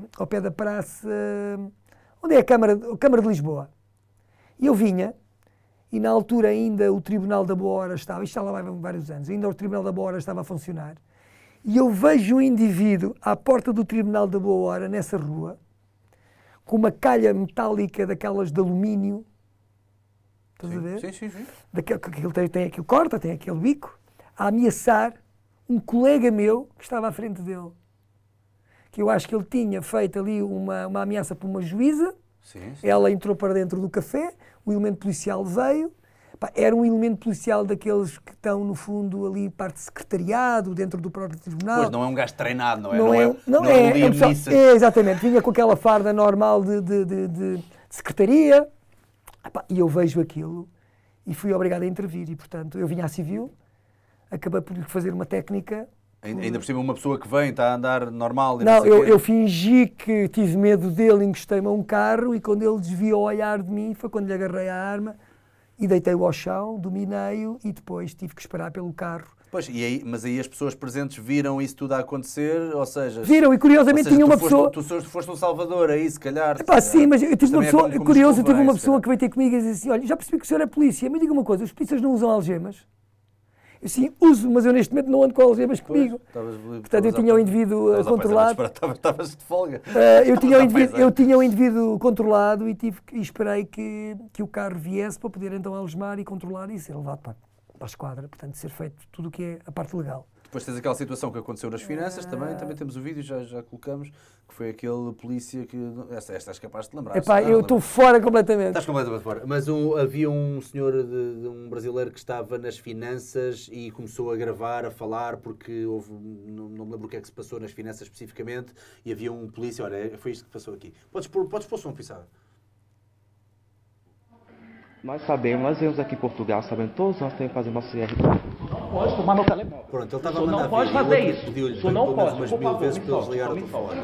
onde é a Câmara de Lisboa. E eu vinha, e na altura ainda o Tribunal da Boa Hora estava, isto já lá vai vários anos, ainda o Tribunal da Boa Hora estava a funcionar, e eu vejo um indivíduo à porta do Tribunal da Boa Hora, nessa rua, com uma calha metálica daquelas de alumínio, estás a ver? Sim. Aquilo tem aquilo, corta, tem aquele bico, a ameaçar um colega meu que estava à frente dele. Que eu acho que ele tinha feito ali uma ameaça para uma juíza, ela entrou para dentro do café, o elemento policial veio, era um elemento policial daqueles que estão, no fundo, ali parte de secretariado, dentro do próprio tribunal. Pois, não é um gajo treinado, não é um Liam Neeson. Exatamente, vinha com aquela farda normal de secretaria, e eu vejo aquilo e fui obrigado a intervir, e portanto eu vinha à civil, acabei por fazer uma técnica. Ainda por cima uma pessoa que vem, está a andar normal. Não, eu fingi que tive medo dele, encostei-me a um carro e quando ele desviou o olhar de mim foi quando lhe agarrei a arma e deitei-o ao chão, dominei-o e depois tive que esperar pelo carro. Pois, mas aí as pessoas presentes viram isso tudo a acontecer, ou seja... Viram, e curiosamente tinha uma pessoa... Tu foste um salvador aí, se calhar... Sim, mas eu tive uma pessoa... Curioso, eu tive uma pessoa que... que veio ter comigo e disse assim, olha, já percebi que o senhor é polícia, mas diga uma coisa, os polícias não usam algemas? Eu sim, uso, mas eu neste momento não ando com algemas comigo. Portanto, eu tinha o indivíduo controlado. Estavas de folga. Eu tinha o indivíduo controlado e esperei que o carro viesse para poder então algemar e controlar e ser levado para a esquadra. Portanto, ser feito tudo o que é a parte legal. Depois tens aquela situação que aconteceu nas finanças também temos o vídeo, já colocamos, que foi aquele polícia que... Esta és capaz de te lembrar. Eu estou fora completamente. Estás completamente fora. Mas havia um senhor, um brasileiro que estava nas finanças e começou a gravar, a falar, porque houve, não me lembro o que é que se passou nas finanças especificamente, e havia um polícia, olha, foi isto que passou aqui. Podes pôr o som, Pissarra. Nós vemos aqui em Portugal, sabemos todos nós temos que fazer nosso IR. pode tomar meu telemóvel. Pronto, ele estava a O senhor mandar não pode vir, e o fazer outro isso. pediu-lhe O senhor pelo não menos pode. umas Por 1000 favor, vezes me para ele solte, desligar o me telefone.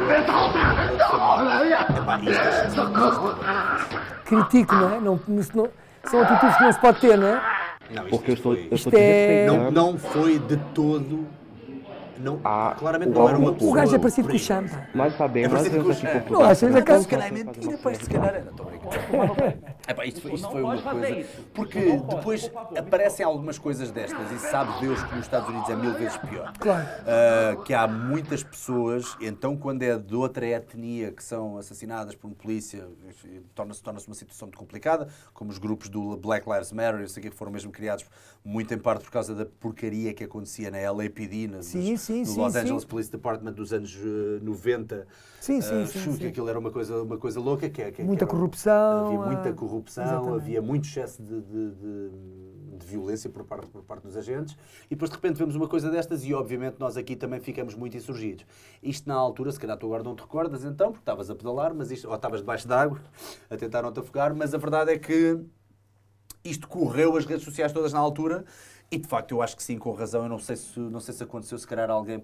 Critico, não é? São atitudes que não se pode ter, não é? Não, Porque eu estou te é- respeitando. não foi de todo... Não, claramente o não era uma órgão pessoa... O gajo é parecido com o perigosa. Champa. Nós sabemos, É nós parecido vemos com aqui o Portugal. Não, achas Nós que é- Se calhar é vamos fazer mentira, uma pois se calhar era. Estou a brincar. Isto foi uma coisa... Porque depois aparecem algumas coisas destas e sabe Deus que nos Estados Unidos é 1000 vezes pior. Claro. Que há muitas pessoas, então quando é de outra etnia que são assassinadas por uma polícia, torna-se uma situação muito complicada, como os grupos do Black Lives Matter, eu sei que foram mesmo criados muito em parte por causa da porcaria que acontecia na LAPD, no Los Angeles Police Department dos anos 90. Sim. Que aquilo era uma coisa louca. Muita corrupção. Havia muita corrupção, Exatamente. havia muito excesso de violência por parte dos agentes e depois de repente vemos uma coisa destas e obviamente nós aqui também ficamos muito insurgidos. Isto na altura, se calhar tu agora não te recordas então, porque estavas a pedalar, ou estavas debaixo d'água a tentar não te afogar, mas a verdade é que isto correu as redes sociais todas na altura e de facto eu acho que sim, com razão. Eu não sei se aconteceu, se calhar alguém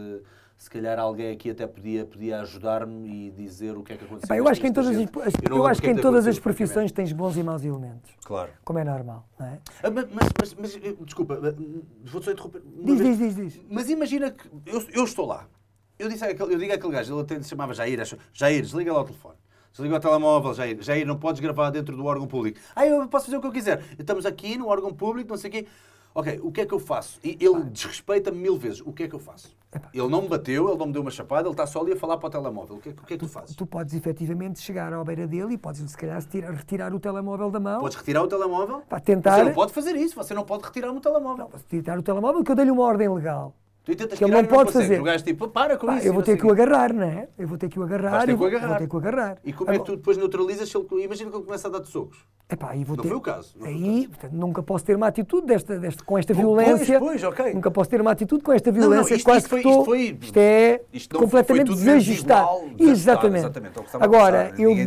aqui até podia ajudar-me e dizer o que é que aconteceu. Eu acho que em todas as profissões tens bons e maus elementos. Claro. Como é normal, não é? Mas desculpa, vou-te só interromper. Diz. Mas imagina que eu estou lá. Eu digo àquele gajo, ele até se chamava Jair, desliga lá o telefone. Desliga o telemóvel, Jair, não podes gravar dentro do órgão público. Eu posso fazer o que eu quiser. Estamos aqui no órgão público, não sei o quê. Ok, o que é que eu faço? E ele desrespeita-me 1000 vezes. O que é que eu faço? Ele não me bateu, ele não me deu uma chapada, ele está só ali a falar para o telemóvel. O que é que tu fazes? Tu podes efetivamente chegar à beira dele e podes, se calhar, retirar o telemóvel da mão. Podes retirar o telemóvel? Para tentar... Você não pode fazer isso, você não pode retirar o telemóvel. Retirar o telemóvel porque eu dei-lhe uma ordem legal. Tu tentas Que ele tirar não e pode consegues. fazer. O gajo tipo, para com isso. Eu vou ter que o agarrar, não é? Eu vou ter que o agarrar. Vais ter que o Vou agarrar. ter que o agarrar. E como é que tu depois neutralizas se ele... Imagina que ele começa a dar-te socos. Não foi o caso. Portanto, nunca posso ter uma atitude com esta violência. Pois, ok. Nunca posso ter uma atitude com esta violência. Isto é completamente desajustado. Exatamente. Agora, eu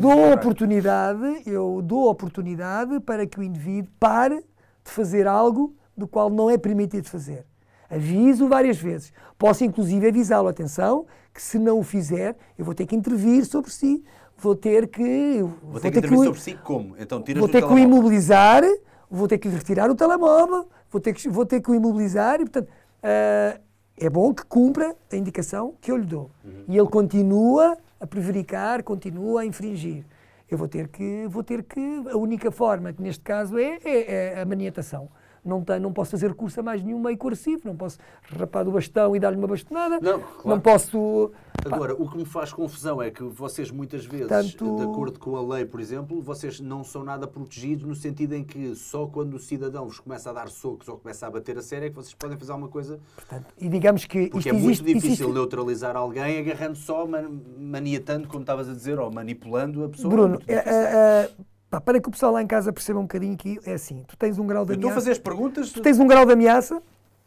dou oportunidade para que o indivíduo pare de fazer algo do qual não é permitido fazer. Aviso várias vezes. Posso inclusive avisá-lo, atenção, que se não o fizer, eu vou ter que intervir sobre si. Vou ter que intervir sobre si como? Então tiras vou ter que o imobilizar, vou ter que lhe retirar o telemóvel, vou ter que o imobilizar e, portanto, é bom que cumpra a indicação que eu lhe dou. E ele continua a prevaricar, continua a infringir. Eu vou ter que... A única forma, que neste caso é a maniatação. Não posso fazer recurso a mais nenhum meio coercivo, não posso rapar do bastão e dar-lhe uma bastonada, não posso... Agora, o que me faz confusão é que vocês muitas vezes, de acordo com a lei, por exemplo, vocês não são nada protegidos no sentido em que só quando o cidadão vos começa a dar socos ou começa a bater a sério é que vocês podem fazer alguma coisa... Portanto, e digamos que porque isto é muito difícil neutralizar alguém agarrando só, maniatando, como estavas a dizer, ou manipulando a pessoa. Bruno, para que o pessoal lá em casa perceba um bocadinho que é assim, tu tens um grau de ameaça... Estou a fazer as perguntas... Tu tens um grau de ameaça,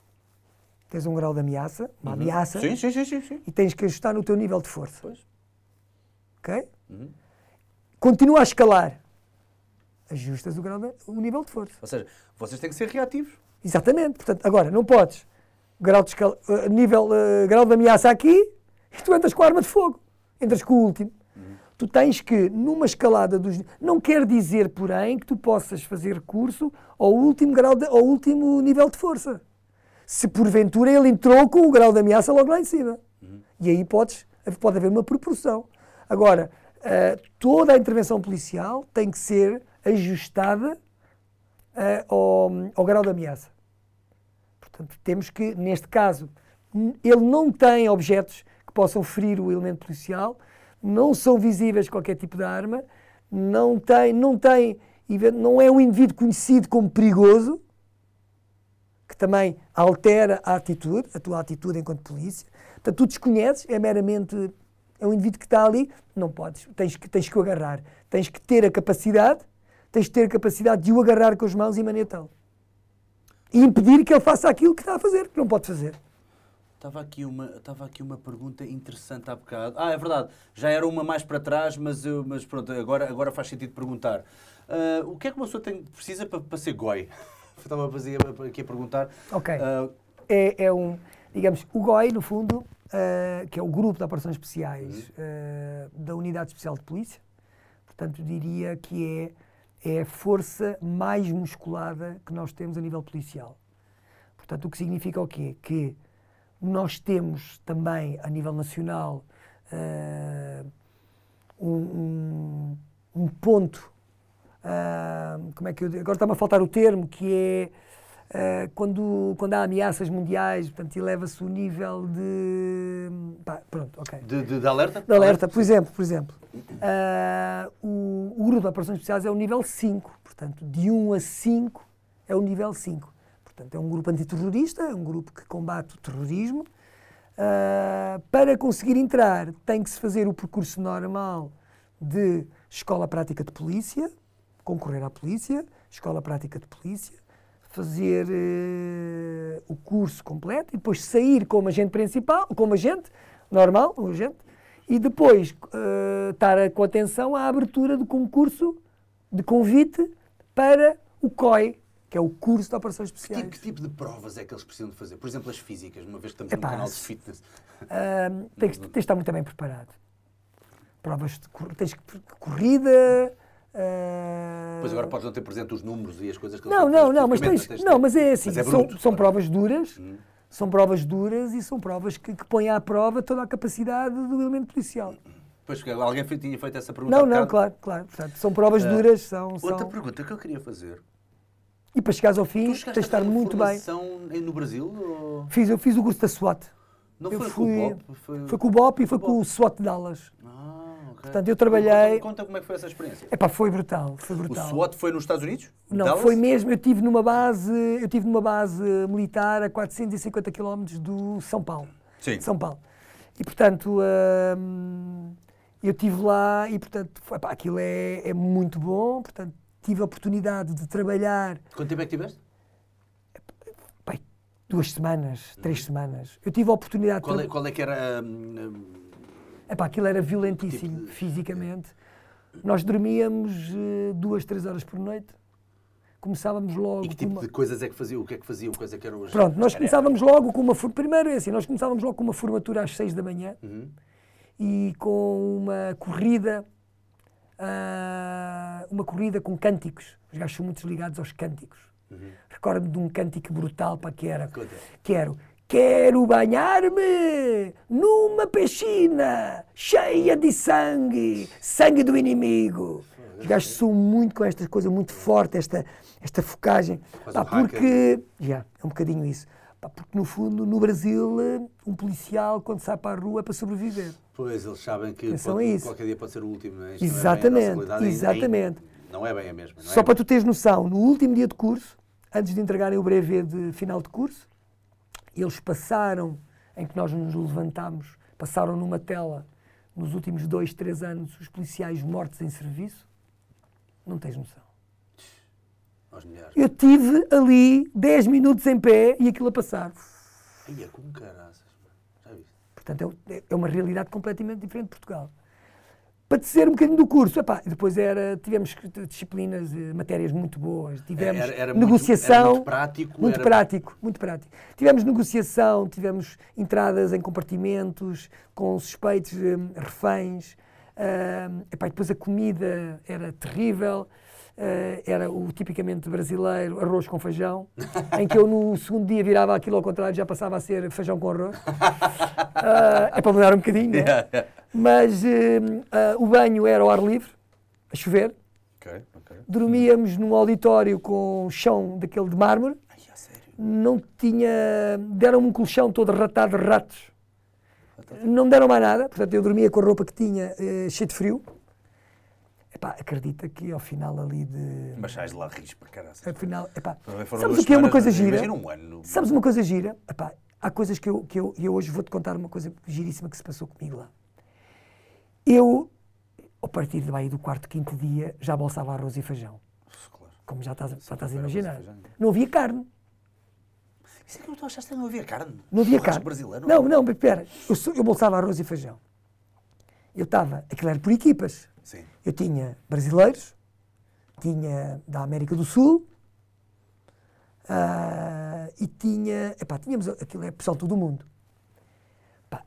uma ameaça, sim. E tens que ajustar no teu nível de força. Pois. Ok? Continua a escalar. Ajustas o nível de força. Ou seja, vocês têm que ser reativos. Exatamente. Portanto, agora, não podes grau de ameaça aqui e tu entras com a arma de fogo. Entras com o último. Tu tens que, numa escalada dos... Não quer dizer, porém, que tu possas fazer recurso ao último nível de força. Se porventura ele entrou com o grau de ameaça logo lá em cima. E aí pode haver uma proporção. Agora, toda a intervenção policial tem que ser ajustada ao grau de ameaça. Portanto, temos que, neste caso, ele não tem objetos que possam ferir o elemento policial, não são visíveis qualquer tipo de arma, não é um indivíduo conhecido como perigoso, que também altera a tua atitude enquanto polícia. Portanto, tu desconheces, é um indivíduo que está ali, não podes, tens que o agarrar. Tens que ter a capacidade de o agarrar com as mãos e maniatá-lo. E impedir que ele faça aquilo que está a fazer, que não pode fazer. Estava aqui uma pergunta interessante há bocado. É verdade, já era uma mais para trás, mas pronto, agora faz sentido perguntar. O que é que uma pessoa precisa para ser goi? Estava aqui a perguntar. Ok. É digamos, o GOI, no fundo, que é o Grupo de Operações Especiais da Unidade Especial de Polícia. Portanto, diria que é a força mais musculada que nós temos a nível policial. Portanto, o que significa o quê? Que nós temos também, a nível nacional, um ponto, como é que agora está-me a faltar o termo, que é quando há ameaças mundiais, portanto, eleva-se o nível de... pronto, ok. De alerta? De alerta, por exemplo. O Grupo de Operações Especiais é o nível 5, portanto, de 1 a 5 é o nível 5. Portanto, é um grupo antiterrorista, é um grupo que combate o terrorismo. Para conseguir entrar, tem que se fazer o percurso normal de escola prática de polícia, concorrer à polícia, escola prática de polícia, fazer o curso completo e depois sair como agente principal, como agente normal, um agente, e depois estar com atenção à abertura do concurso de convite para o COI, que é o curso de Operações Especiais. Que tipo de provas é que eles precisam de fazer? Por exemplo, as físicas, uma vez que estamos num canal de fitness. Tens de estar muito bem preparado. Provas tens corrida... Pois agora podes não ter presente os números e as coisas que mas é assim, mas são provas duras, são provas duras e são provas que põem à prova toda a capacidade do elemento policial. Pois que alguém tinha feito essa pergunta. Não, claro. Portanto, são provas duras. Outra pergunta que eu queria fazer. E para chegares ao fim, tens de estar muito bem. No Brasil? Ou... Eu fiz o curso da SWAT. Não foi com o BOP? Foi com o BOP e foi com o SWAT de Dallas. Okay. Portanto, eu trabalhei... Conta como é que foi essa experiência. Foi brutal. O SWAT foi nos Estados Unidos? Não, Dallas? foi mesmo. Eu estive numa base militar a 450 km do São Paulo. Sim. De São Paulo. E, portanto, eu estive lá e, portanto, aquilo é muito bom. Portanto, tive a oportunidade de trabalhar... Quanto tempo é que tiveste? 2 semanas, 3 semanas. Eu tive a oportunidade... Qual é que era... aquilo era violentíssimo, fisicamente. Nós dormíamos 2, 3 horas por noite. Começávamos logo... E que tipo de coisas é que faziam? O que é que faziam? Coisa que eram Pronto, nós começávamos logo com uma... Primeiro é assim, nós começávamos logo com uma formatura às 6 da manhã e com uma corrida com cânticos. Os gajos são muito ligados aos cânticos. Recordo-me de um cântico brutal para que era... Quero banhar-me numa piscina cheia de sangue do inimigo. Os gajos são muito com esta coisa muito forte, esta focagem. Porque... é um bocadinho isso. Porque, no fundo, no Brasil, um policial, quando sai para a rua, é para sobreviver. Pois, eles sabem que qualquer dia pode ser o último, não é? Exatamente. Não é bem a mesma. Só para tu teres noção, no último dia de curso, antes de entregarem o brevet de final de curso, eles passaram, em que nós nos levantámos, passaram numa tela, nos últimos 2, 3 anos, os policiais mortos em serviço. Não tens noção. Eu tive ali 10 minutos em pé e aquilo a passar. Ai, é como caraças. Já viste? Portanto, é uma realidade completamente diferente de Portugal. Para dizer um bocadinho do curso, depois tivemos disciplinas, matérias muito boas, tivemos negociação... Muito prático. Muito prático. Tivemos negociação, tivemos entradas em compartimentos com suspeitos, reféns, depois a comida era terrível, era o tipicamente brasileiro arroz com feijão, em que eu no segundo dia virava aquilo ao contrário, já passava a ser feijão com arroz. É para mudar um bocadinho, não é? Mas o banho era ao ar livre, a chover. Okay. Dormíamos num auditório com chão daquele de mármore. Não tinha... Deram-me um colchão todo ratado de ratos. Não me deram mais nada, portanto eu dormia com a roupa que tinha, cheia de frio. Acredita que ao final ali de... Mas sais de lá rios para caralho. Afinal, sabes o que é uma coisa gira? Imagina um ano. Sabes uma coisa gira? Há coisas que eu hoje vou-te contar uma coisa giríssima que se passou comigo lá. Eu, a partir do 4º, 5º dia, já bolsava arroz e feijão. Claro. Como já estás a imaginar. Não havia carne. Isso é que tu achaste que não havia carne? Não havia carne. Brasileiro, não, mas espera. Eu bolsava arroz e feijão. Aquilo era por equipas. Sim. Eu tinha brasileiros, tinha da América do Sul, E tínhamos aquilo, é pessoal de todo o mundo. Pá,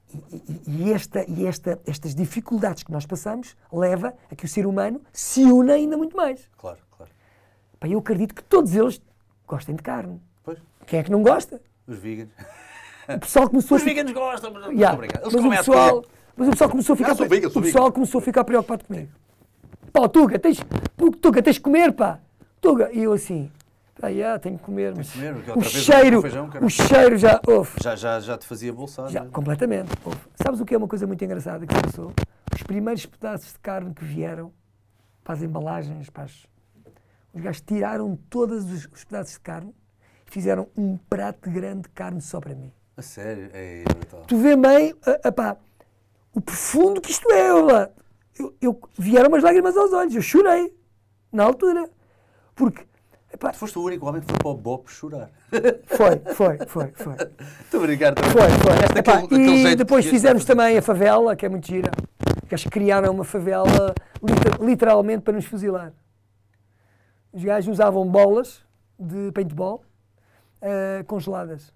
estas dificuldades que nós passamos leva a que o ser humano se una ainda muito mais. Claro, claro. Pá, eu acredito que todos eles gostem de carne. Pois. Quem é que não gosta? Os veganos. O pessoal começou Os veganos gostam, mas não Yeah. obrigado. Mas o pessoal começou a ficar sou vegan, o pessoal começou a ficar preocupado comigo. Pá, Tuga, tens de comer, pá. Tuga. E eu assim, tenho que comer. Mas comer, porque o outra vez cheiro, o feijão, cara. o cheiro já, Já te fazia bolsar. já, completamente. Sabes o que é uma coisa muito engraçada que se passou? Os primeiros pedaços de carne que vieram para as embalagens, os gajos tiraram todos os pedaços de carne e fizeram um prato grande de carne só para mim. A sério? É brutal. Tu vê bem, o profundo que isto é. Vieram umas lágrimas aos olhos, eu chorei, na altura. Porque, Tu foste o único homem que foi para o BOP chorar. foi. Estou a brincar. Foi. E depois fizemos também a favela, que é muito gira. Que eles criaram uma favela literalmente para nos fuzilar. Os gajos usavam bolas de paintball congeladas.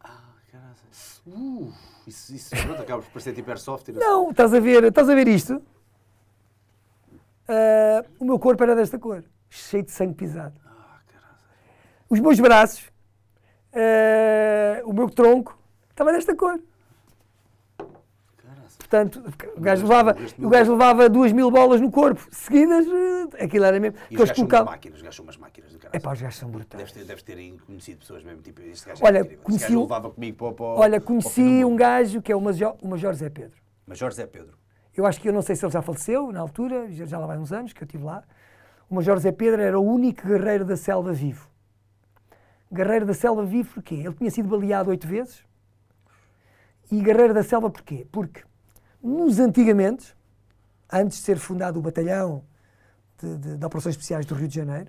Isso pronto, acaba por parecer tipo airsoft. Não, estás a ver isto? O meu corpo era desta cor, cheio de sangue pisado. Os meus braços, o meu tronco, estava desta cor. Portanto, o gajo levava 2.000 bolas no corpo, seguidas, aquilo era mesmo. E os gajos são umas máquinas do caralho. Os gajos são brutais. Deves ter conhecido pessoas mesmo, tipo, este gajo Olha, é incrível. Este gajo levava comigo para Olha, conheci um gajo que é o Major Zé Pedro. Major Zé Pedro. Eu acho que, eu não sei se ele já faleceu na altura, já lá vai uns anos que eu estive lá. O Major Zé Pedro era o único guerreiro da selva vivo. Guerreiro da selva vivo porquê? Ele tinha sido baleado 8 vezes. E guerreiro da selva porquê? Porque nos antigamente, antes de ser fundado o batalhão de operações especiais do Rio de Janeiro,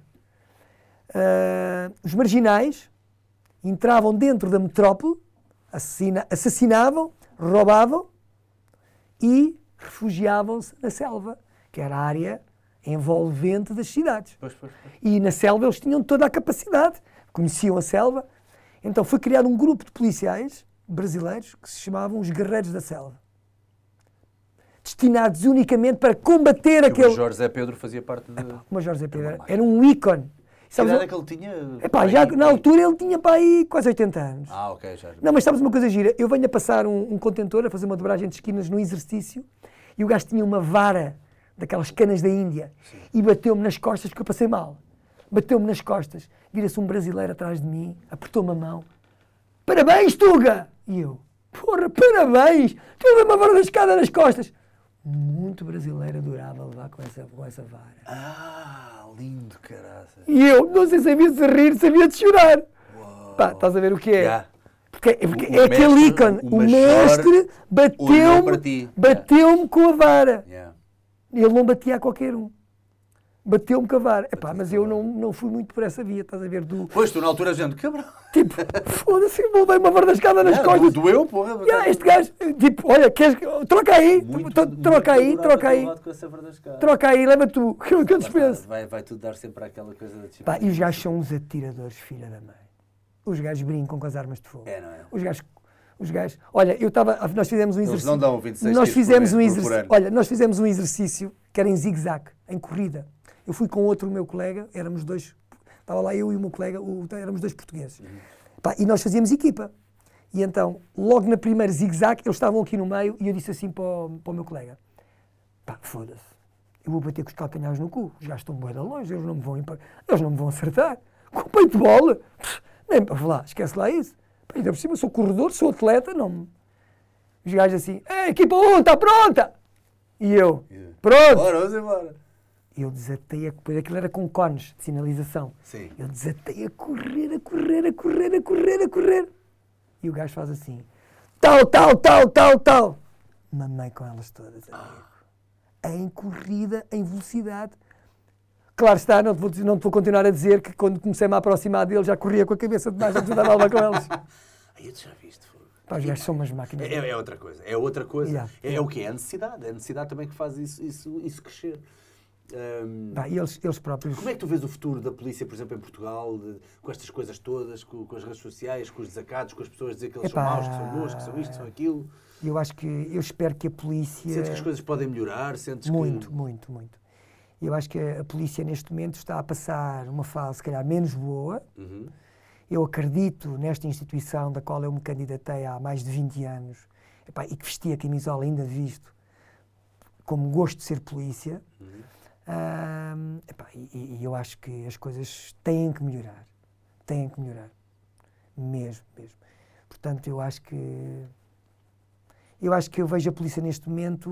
os marginais entravam dentro da metrópole, assassinavam, roubavam e refugiavam-se na selva, que era a área envolvente das cidades. Pois. E na selva eles tinham toda a capacidade, conheciam a selva. Então foi criado um grupo de policiais brasileiros que se chamavam os Guerreiros da Selva, destinados unicamente para combater aquele... O Major Zé Pedro fazia parte de... O Major Zé Pedro era um ícone. Que idade é que ele tinha? Na altura ele tinha aí quase 80 anos. Ok, já. Não, mas sabes uma coisa gira? Eu venho a passar um contentor a fazer uma dobragem de esquinas no exercício e o gajo tinha uma vara daquelas canas da Índia. Sim. E bateu-me nas costas porque eu passei mal. Bateu-me nas costas. Vira-se um brasileiro atrás de mim, apertou-me a mão. Parabéns, Tuga! E eu, porra, parabéns! Tu levei uma vara da escada nas costas. Muito brasileiro adorava levar com essa vara. Lindo, caralho. E eu, não sei se sabia de rir, sabia de chorar. Pá, estás a ver o que é? Yeah. Porque é aquele ícone. O mestre bateu-me com a vara. Yeah. Ele não batia a qualquer um. Bateu-me com a vara. Mas eu não fui muito por essa via, estás a ver? Pois, tu na altura gente, cabrão. Tipo, foda-se, eu levei uma vara da escada nas costas. Doeu, porra. Este gajo, tipo, olha, troca aí, troca aí, leva tu, que eu dispenso. Vai tudo dar sempre aquela coisa da disciplina. E os gajos são uns atiradores, filha da mãe. Os gajos brincam com as armas de fogo. Não é? Os gajos, olha, nós fizemos um exercício. Eles não dão 26 nós fizemos por um ano. exercício. Olha, nós fizemos um exercício que era em zigue-zague, em corrida. Eu fui com outro meu colega, éramos dois, estava lá eu e o meu colega, éramos dois portugueses. E nós fazíamos equipa. E então, logo na primeira zigue-zague, eles estavam aqui no meio e eu disse assim para o meu colega: foda-se, eu vou bater com os calcanhares no cu, os gajos estão bué de longe, eles não me vão acertar. Com paintball, nem para falar, esquece lá isso. Ainda por cima, sou corredor, sou atleta, não. Os gajos assim: equipa 1, está pronta! E eu, pronto! Bora, vamos embora. Eu desatei depois aquilo era com cones de sinalização. Sim. Eu desatei a correr. E o gajo faz assim: tal. Mamei com elas todas, amigo. Em corrida, em velocidade. Claro está, não te vou continuar a dizer que quando comecei-me a aproximar dele já corria com a cabeça de baixo a tentar levar com elas. Eu já viste, fogo. Os gajos são umas máquinas. É outra coisa. É outra coisa. Yeah. É o quê? É a necessidade. É a necessidade também que faz isso crescer. Eles próprios... Como é que tu vês o futuro da polícia, por exemplo, em Portugal, com estas coisas todas, com as redes sociais, com os desacatos, com as pessoas dizer que eles são maus, que são bons, que são isto, que são aquilo? Eu espero que a polícia... Sentes que as coisas podem melhorar? Sentes muito. Eu acho que a polícia neste momento está a passar uma fase, se calhar, menos boa. Eu acredito nesta instituição da qual eu me candidatei há mais de 20 anos e que vesti a camisola ainda visto como gosto de ser polícia. E eu acho que as coisas têm que melhorar. Mesmo. Portanto, eu acho que eu vejo a polícia neste momento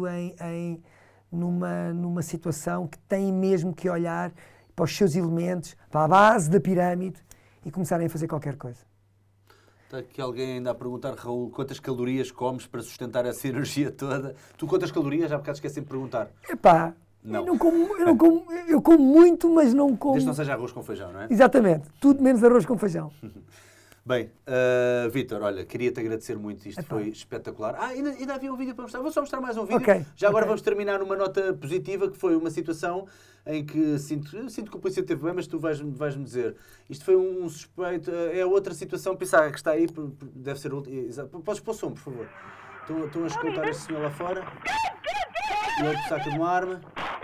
numa situação que tem mesmo que olhar para os seus elementos, para a base da pirâmide e começarem a fazer qualquer coisa. Está aqui alguém ainda a perguntar, Raul, quantas calorias comes para sustentar essa energia toda? Tu quantas calorias? Já há bocado esqueci de perguntar. Não. Eu como muito, mas não como... Desde não seja arroz com feijão, não é? Exatamente, tudo menos arroz com feijão. Bem, Vítor, olha, queria-te agradecer muito, isto foi espetacular. Ainda havia um vídeo para mostrar, vou só mostrar mais um vídeo. Agora vamos terminar numa nota positiva, que foi uma situação em que sinto que a polícia esteve bem, mas tu vais-me dizer. Isto foi um suspeito, é outra situação, pensar que está aí, deve ser... Podes pôr o som, por favor. Estão a escutar este senhor lá fora, e ele saca de uma arma.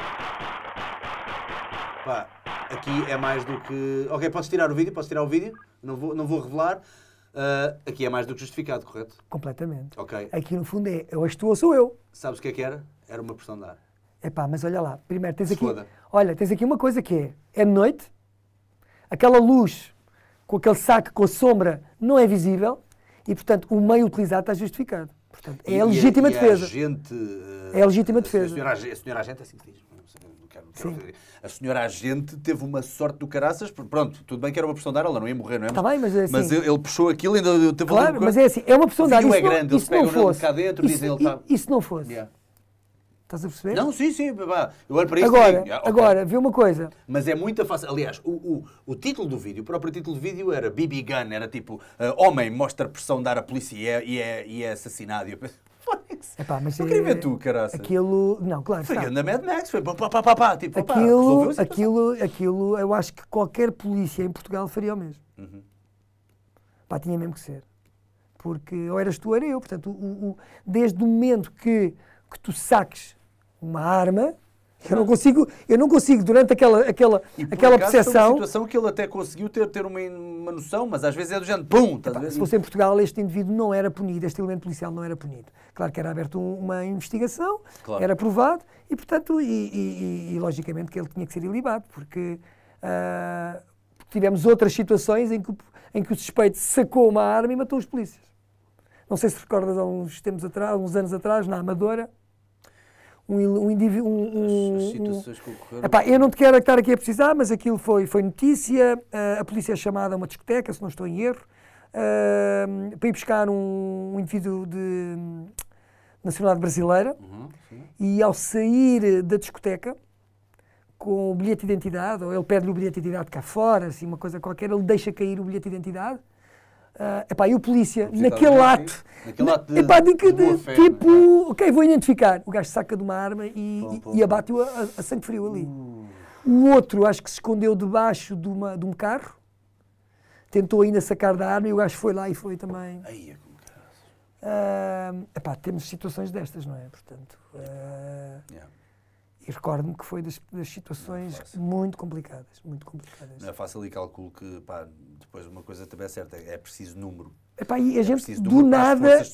Pá, aqui é mais do que... Ok, podes tirar o vídeo? Não vou revelar. Aqui é mais do que justificado, correto? Completamente. Ok. Aqui no fundo ou és tu ou sou eu. Sabes o que é que era? Era uma pressão de ar. Mas olha lá, primeiro tens aqui... Foda. Olha, tens aqui uma coisa que é de noite, aquela luz com aquele saco, com a sombra, não é visível e, portanto, o meio utilizado está justificado. Portanto, é a legítima defesa. É a legítima defesa. A senhora agente é assim que diz. A senhora agente teve uma sorte do caraças. Pronto, tudo bem que era uma pressão de ar, ela não ia morrer, não é? Está bem, mas é assim... Mas ele puxou aquilo e ainda teve... Claro, mas é assim, é uma pressão de ar. O vídeo é grande, eles pegam ele cá dentro e dizem ele está... E se não fosse? Estás a perceber? Não, sim. Eu olho para isso agora, vê uma coisa. Mas é muito fácil. Aliás, o título do vídeo, o próprio título do vídeo era BB Gun, era tipo, homem mostra pressão de ar à polícia e é assassinado. E eu penso, mas não queria ver tu, caraça. Aquilo, não, claro. Foi na Mad Max, foi tipo, aquilo, eu acho que qualquer polícia em Portugal faria o mesmo. Tinha mesmo que ser. Porque ou eras tu ou era eu. Portanto, desde o momento que tu saques uma arma, eu não consigo durante aquela percepção... Uma situação que ele até conseguiu ter uma noção, mas às vezes é do género, pum! Se fosse em Portugal, este indivíduo não era punido, este elemento policial não era punido. Claro que era aberta uma investigação, era provado, e portanto, e logicamente que ele tinha que ser ilibado, porque tivemos outras situações em que o suspeito sacou uma arma e matou os polícias. Não sei se recordas há uns anos atrás, na Amadora, As situações que ocorreram... eu não te quero estar aqui a precisar, mas aquilo foi notícia, a polícia é chamada a uma discoteca, se não estou em erro, para ir buscar um indivíduo de nacionalidade brasileira, e ao sair da discoteca, com o bilhete de identidade, ou ele pede-lhe o bilhete de identidade cá fora, assim, uma coisa qualquer, ele deixa cair o bilhete de identidade, e o polícia, naquele ato de tipo, ok, vou identificar. O gajo saca de uma arma e abate-o a sangue frio ali. O outro, acho que se escondeu debaixo de um carro, tentou ainda sacar da arma e o gajo foi lá e foi também. Temos situações destas, não é? Portanto, e recordo-me que foi das situações muito complicadas. Não é fácil e calculo que, depois uma coisa também é certa, é preciso número. E a gente, do nada, a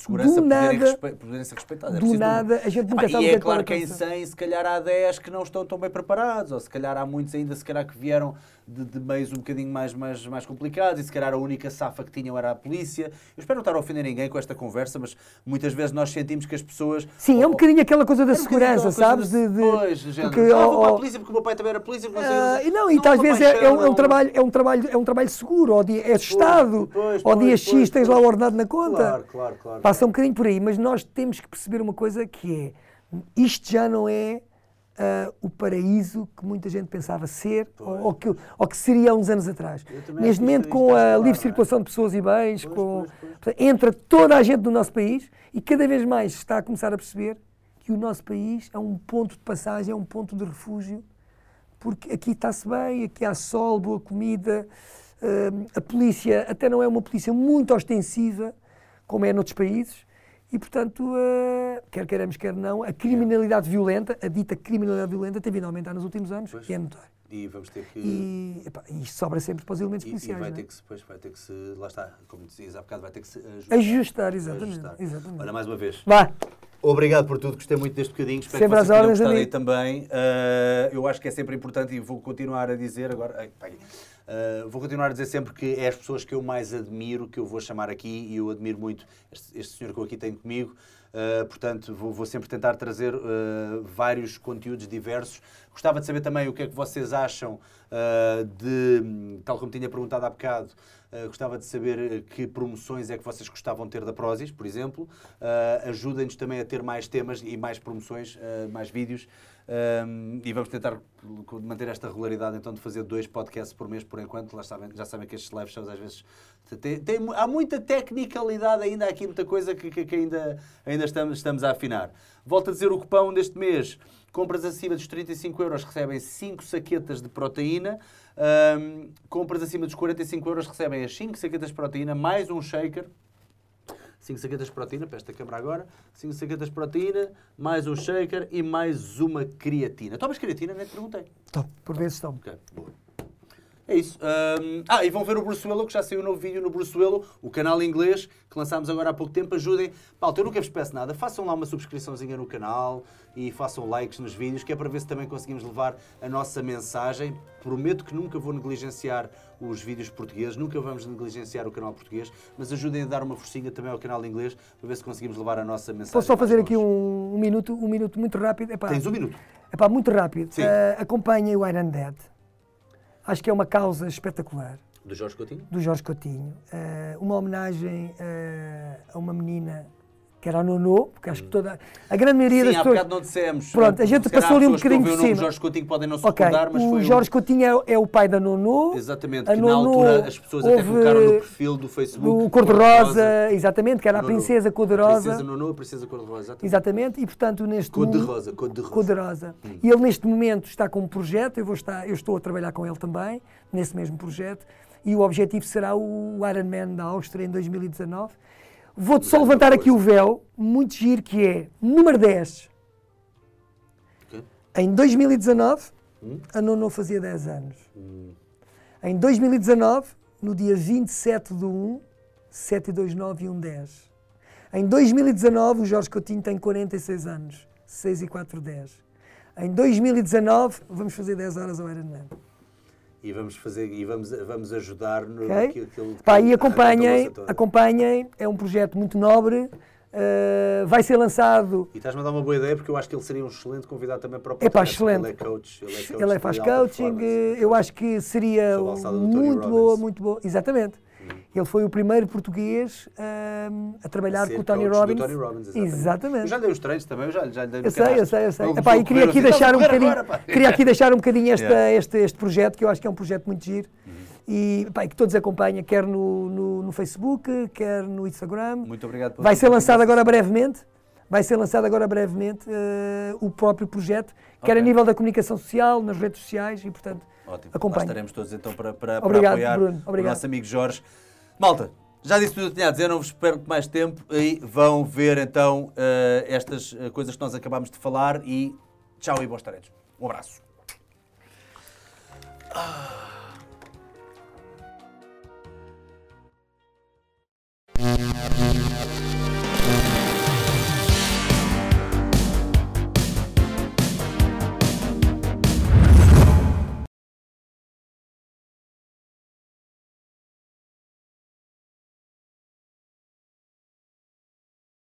gente nunca sabe o que é claro que em 100, se calhar há 10 que não estão tão bem preparados, ou se calhar há muitos ainda, se calhar que vieram de meios um bocadinho mais complicados, e se calhar a única safa que tinham era a polícia. Eu espero não estar a ofender ninguém com esta conversa, mas muitas vezes nós sentimos que as pessoas... Sim, é um bocadinho aquela coisa da segurança, sabes? Pois, gente, vou para a polícia porque o meu pai também era polícia. E às vezes é um trabalho seguro, é assustado, ao dia X tens lá o ordenado na conta. Claro. Passa um bocadinho por aí, mas nós temos que perceber uma coisa que é, isto já não é o paraíso que muita gente pensava ser, ou que seria há uns anos atrás. Neste momento, com a livre circulação de pessoas e bens, entra toda a gente no nosso país e cada vez mais se está a começar a perceber que o nosso país é um ponto de passagem, é um ponto de refúgio porque aqui está-se bem, aqui há sol, boa comida, a polícia até não é uma polícia muito ostensiva, como é noutros países, e portanto, quer queiramos, quer não, a criminalidade violenta, a dita criminalidade violenta, tem vindo a aumentar nos últimos anos, e é notório. E vamos ter que... E isto sobra sempre para os elementos policiais. E vai não é? ter que se, pois, vai ter que se, lá está, como dizias há bocado, vai ter que se Ajustar, exatamente. Olha, mais uma vez. Vá. Obrigado por tudo, gostei muito deste bocadinho, espero Sempre que às vocês tenham ordens, gostado aí amigo. também. Eu acho que é sempre importante e vou continuar a dizer agora, vou continuar a dizer sempre que é as pessoas que eu mais admiro, que eu vou chamar aqui, e eu admiro muito este senhor que eu aqui tenho comigo. Portanto, vou sempre tentar trazer vários conteúdos diversos. Gostava de saber também o que é que vocês acham tal como tinha perguntado há bocado, gostava de saber que promoções é que vocês gostavam de ter da Prozis, por exemplo. Ajudem-nos também a ter mais temas e mais promoções, mais vídeos. E vamos tentar manter esta regularidade, então, de fazer 2 podcasts por mês, por enquanto. Já sabem que estes live shows, às vezes, há muita tecnicalidade ainda, há aqui muita coisa que ainda estamos a afinar. Volto a dizer o cupom deste mês. Compras acima dos 35 euros recebem 5 saquetas de proteína. Compras acima dos 45 euros recebem as 5 saquetas de proteína, mais um shaker. 5 saquetas de proteína, para esta câmara agora. 5 saquetas de proteína, mais um shaker e mais uma creatina. Tomas creatina? Nem te perguntei. Tomo, por vezes tomo. Ok, boa. É isso. E vão ver o Bruce Willow, que já saiu um novo vídeo no Bruce Willow, o canal em inglês, que lançámos agora há pouco tempo. Ajudem. Malta, eu nunca vos peço nada. Façam lá uma subscriçãozinha no canal e façam likes nos vídeos, que é para ver se também conseguimos levar a nossa mensagem. Prometo que nunca vou negligenciar os vídeos portugueses, nunca vamos negligenciar o canal português, mas ajudem a dar uma forcinha também ao canal inglês, para ver se conseguimos levar a nossa mensagem. Posso só fazer aqui um minuto muito rápido? Epá, Tens um minuto. Epá, muito rápido. Sim. Acompanhem o Iron Dead. Acho que é uma causa espetacular. Do Jorge Coutinho? Do Jorge Coutinho. Uma homenagem a uma menina que era a Nonô, porque acho que toda a grande maioria das Sim, há pessoas... bocado não dissemos. Pronto, a gente passou ali um bocadinho por cima. O Jorge Coutinho podem não se Ok, recordar, mas foi o Jorge Coutinho é o pai da Nonô. Exatamente, A que na Nonô altura as pessoas até colocaram no perfil do Facebook. O Cor-de-Rosa, exatamente, que era a Princesa Cor-de-Rosa. Princesa Nonô, Princesa Cor-de-Rosa, exatamente, e portanto neste Cor-de-Rosa. Cor-de-Rosa. E ele neste momento está com um projeto, eu estou a trabalhar com ele também, nesse mesmo projeto, e o objetivo será o Ironman da Áustria em 2019. Vou-te só levantar aqui o véu, muito giro, que é número 10. Okay. Em 2019, a Nonô fazia 10 anos. Em 2019, no dia 27/1, 7/2/9 e 1/10. Em 2019, o Jorge Coutinho tem 46 anos, 6/4/10. Em 2019, vamos fazer 10 horas ao Ironman. E vamos ajudar no Okay? E acompanhem, é um projeto muito nobre, vai ser lançado... E estás-me a dar uma boa ideia, porque eu acho que ele seria um excelente convidado também para o podcast. Excelente. Ele é coach. Ele faz coaching, eu acho que seria muito boa. Exatamente. Ele foi o primeiro português a trabalhar com o Tony Robbins. Exatamente. Eu já dei os treinos também, eu já lhe dei no Eu sei. canastro. Epá, e queria aqui deixar um bocadinho este projeto, que eu acho que é um projeto muito giro. E que todos acompanhem, quer no Facebook, quer no Instagram. Muito obrigado. Vai ser lançado agora brevemente. O próprio projeto, quer a nível da comunicação social, nas redes sociais e, portanto, acompanhem. Lá estaremos todos então para Obrigado, apoiar Bruno. o nosso amigo Jorge. Malta, já disse tudo o que tinha a dizer, não vos espero mais tempo e vão ver então estas coisas que nós acabámos de falar e tchau e bons treinos. Um abraço.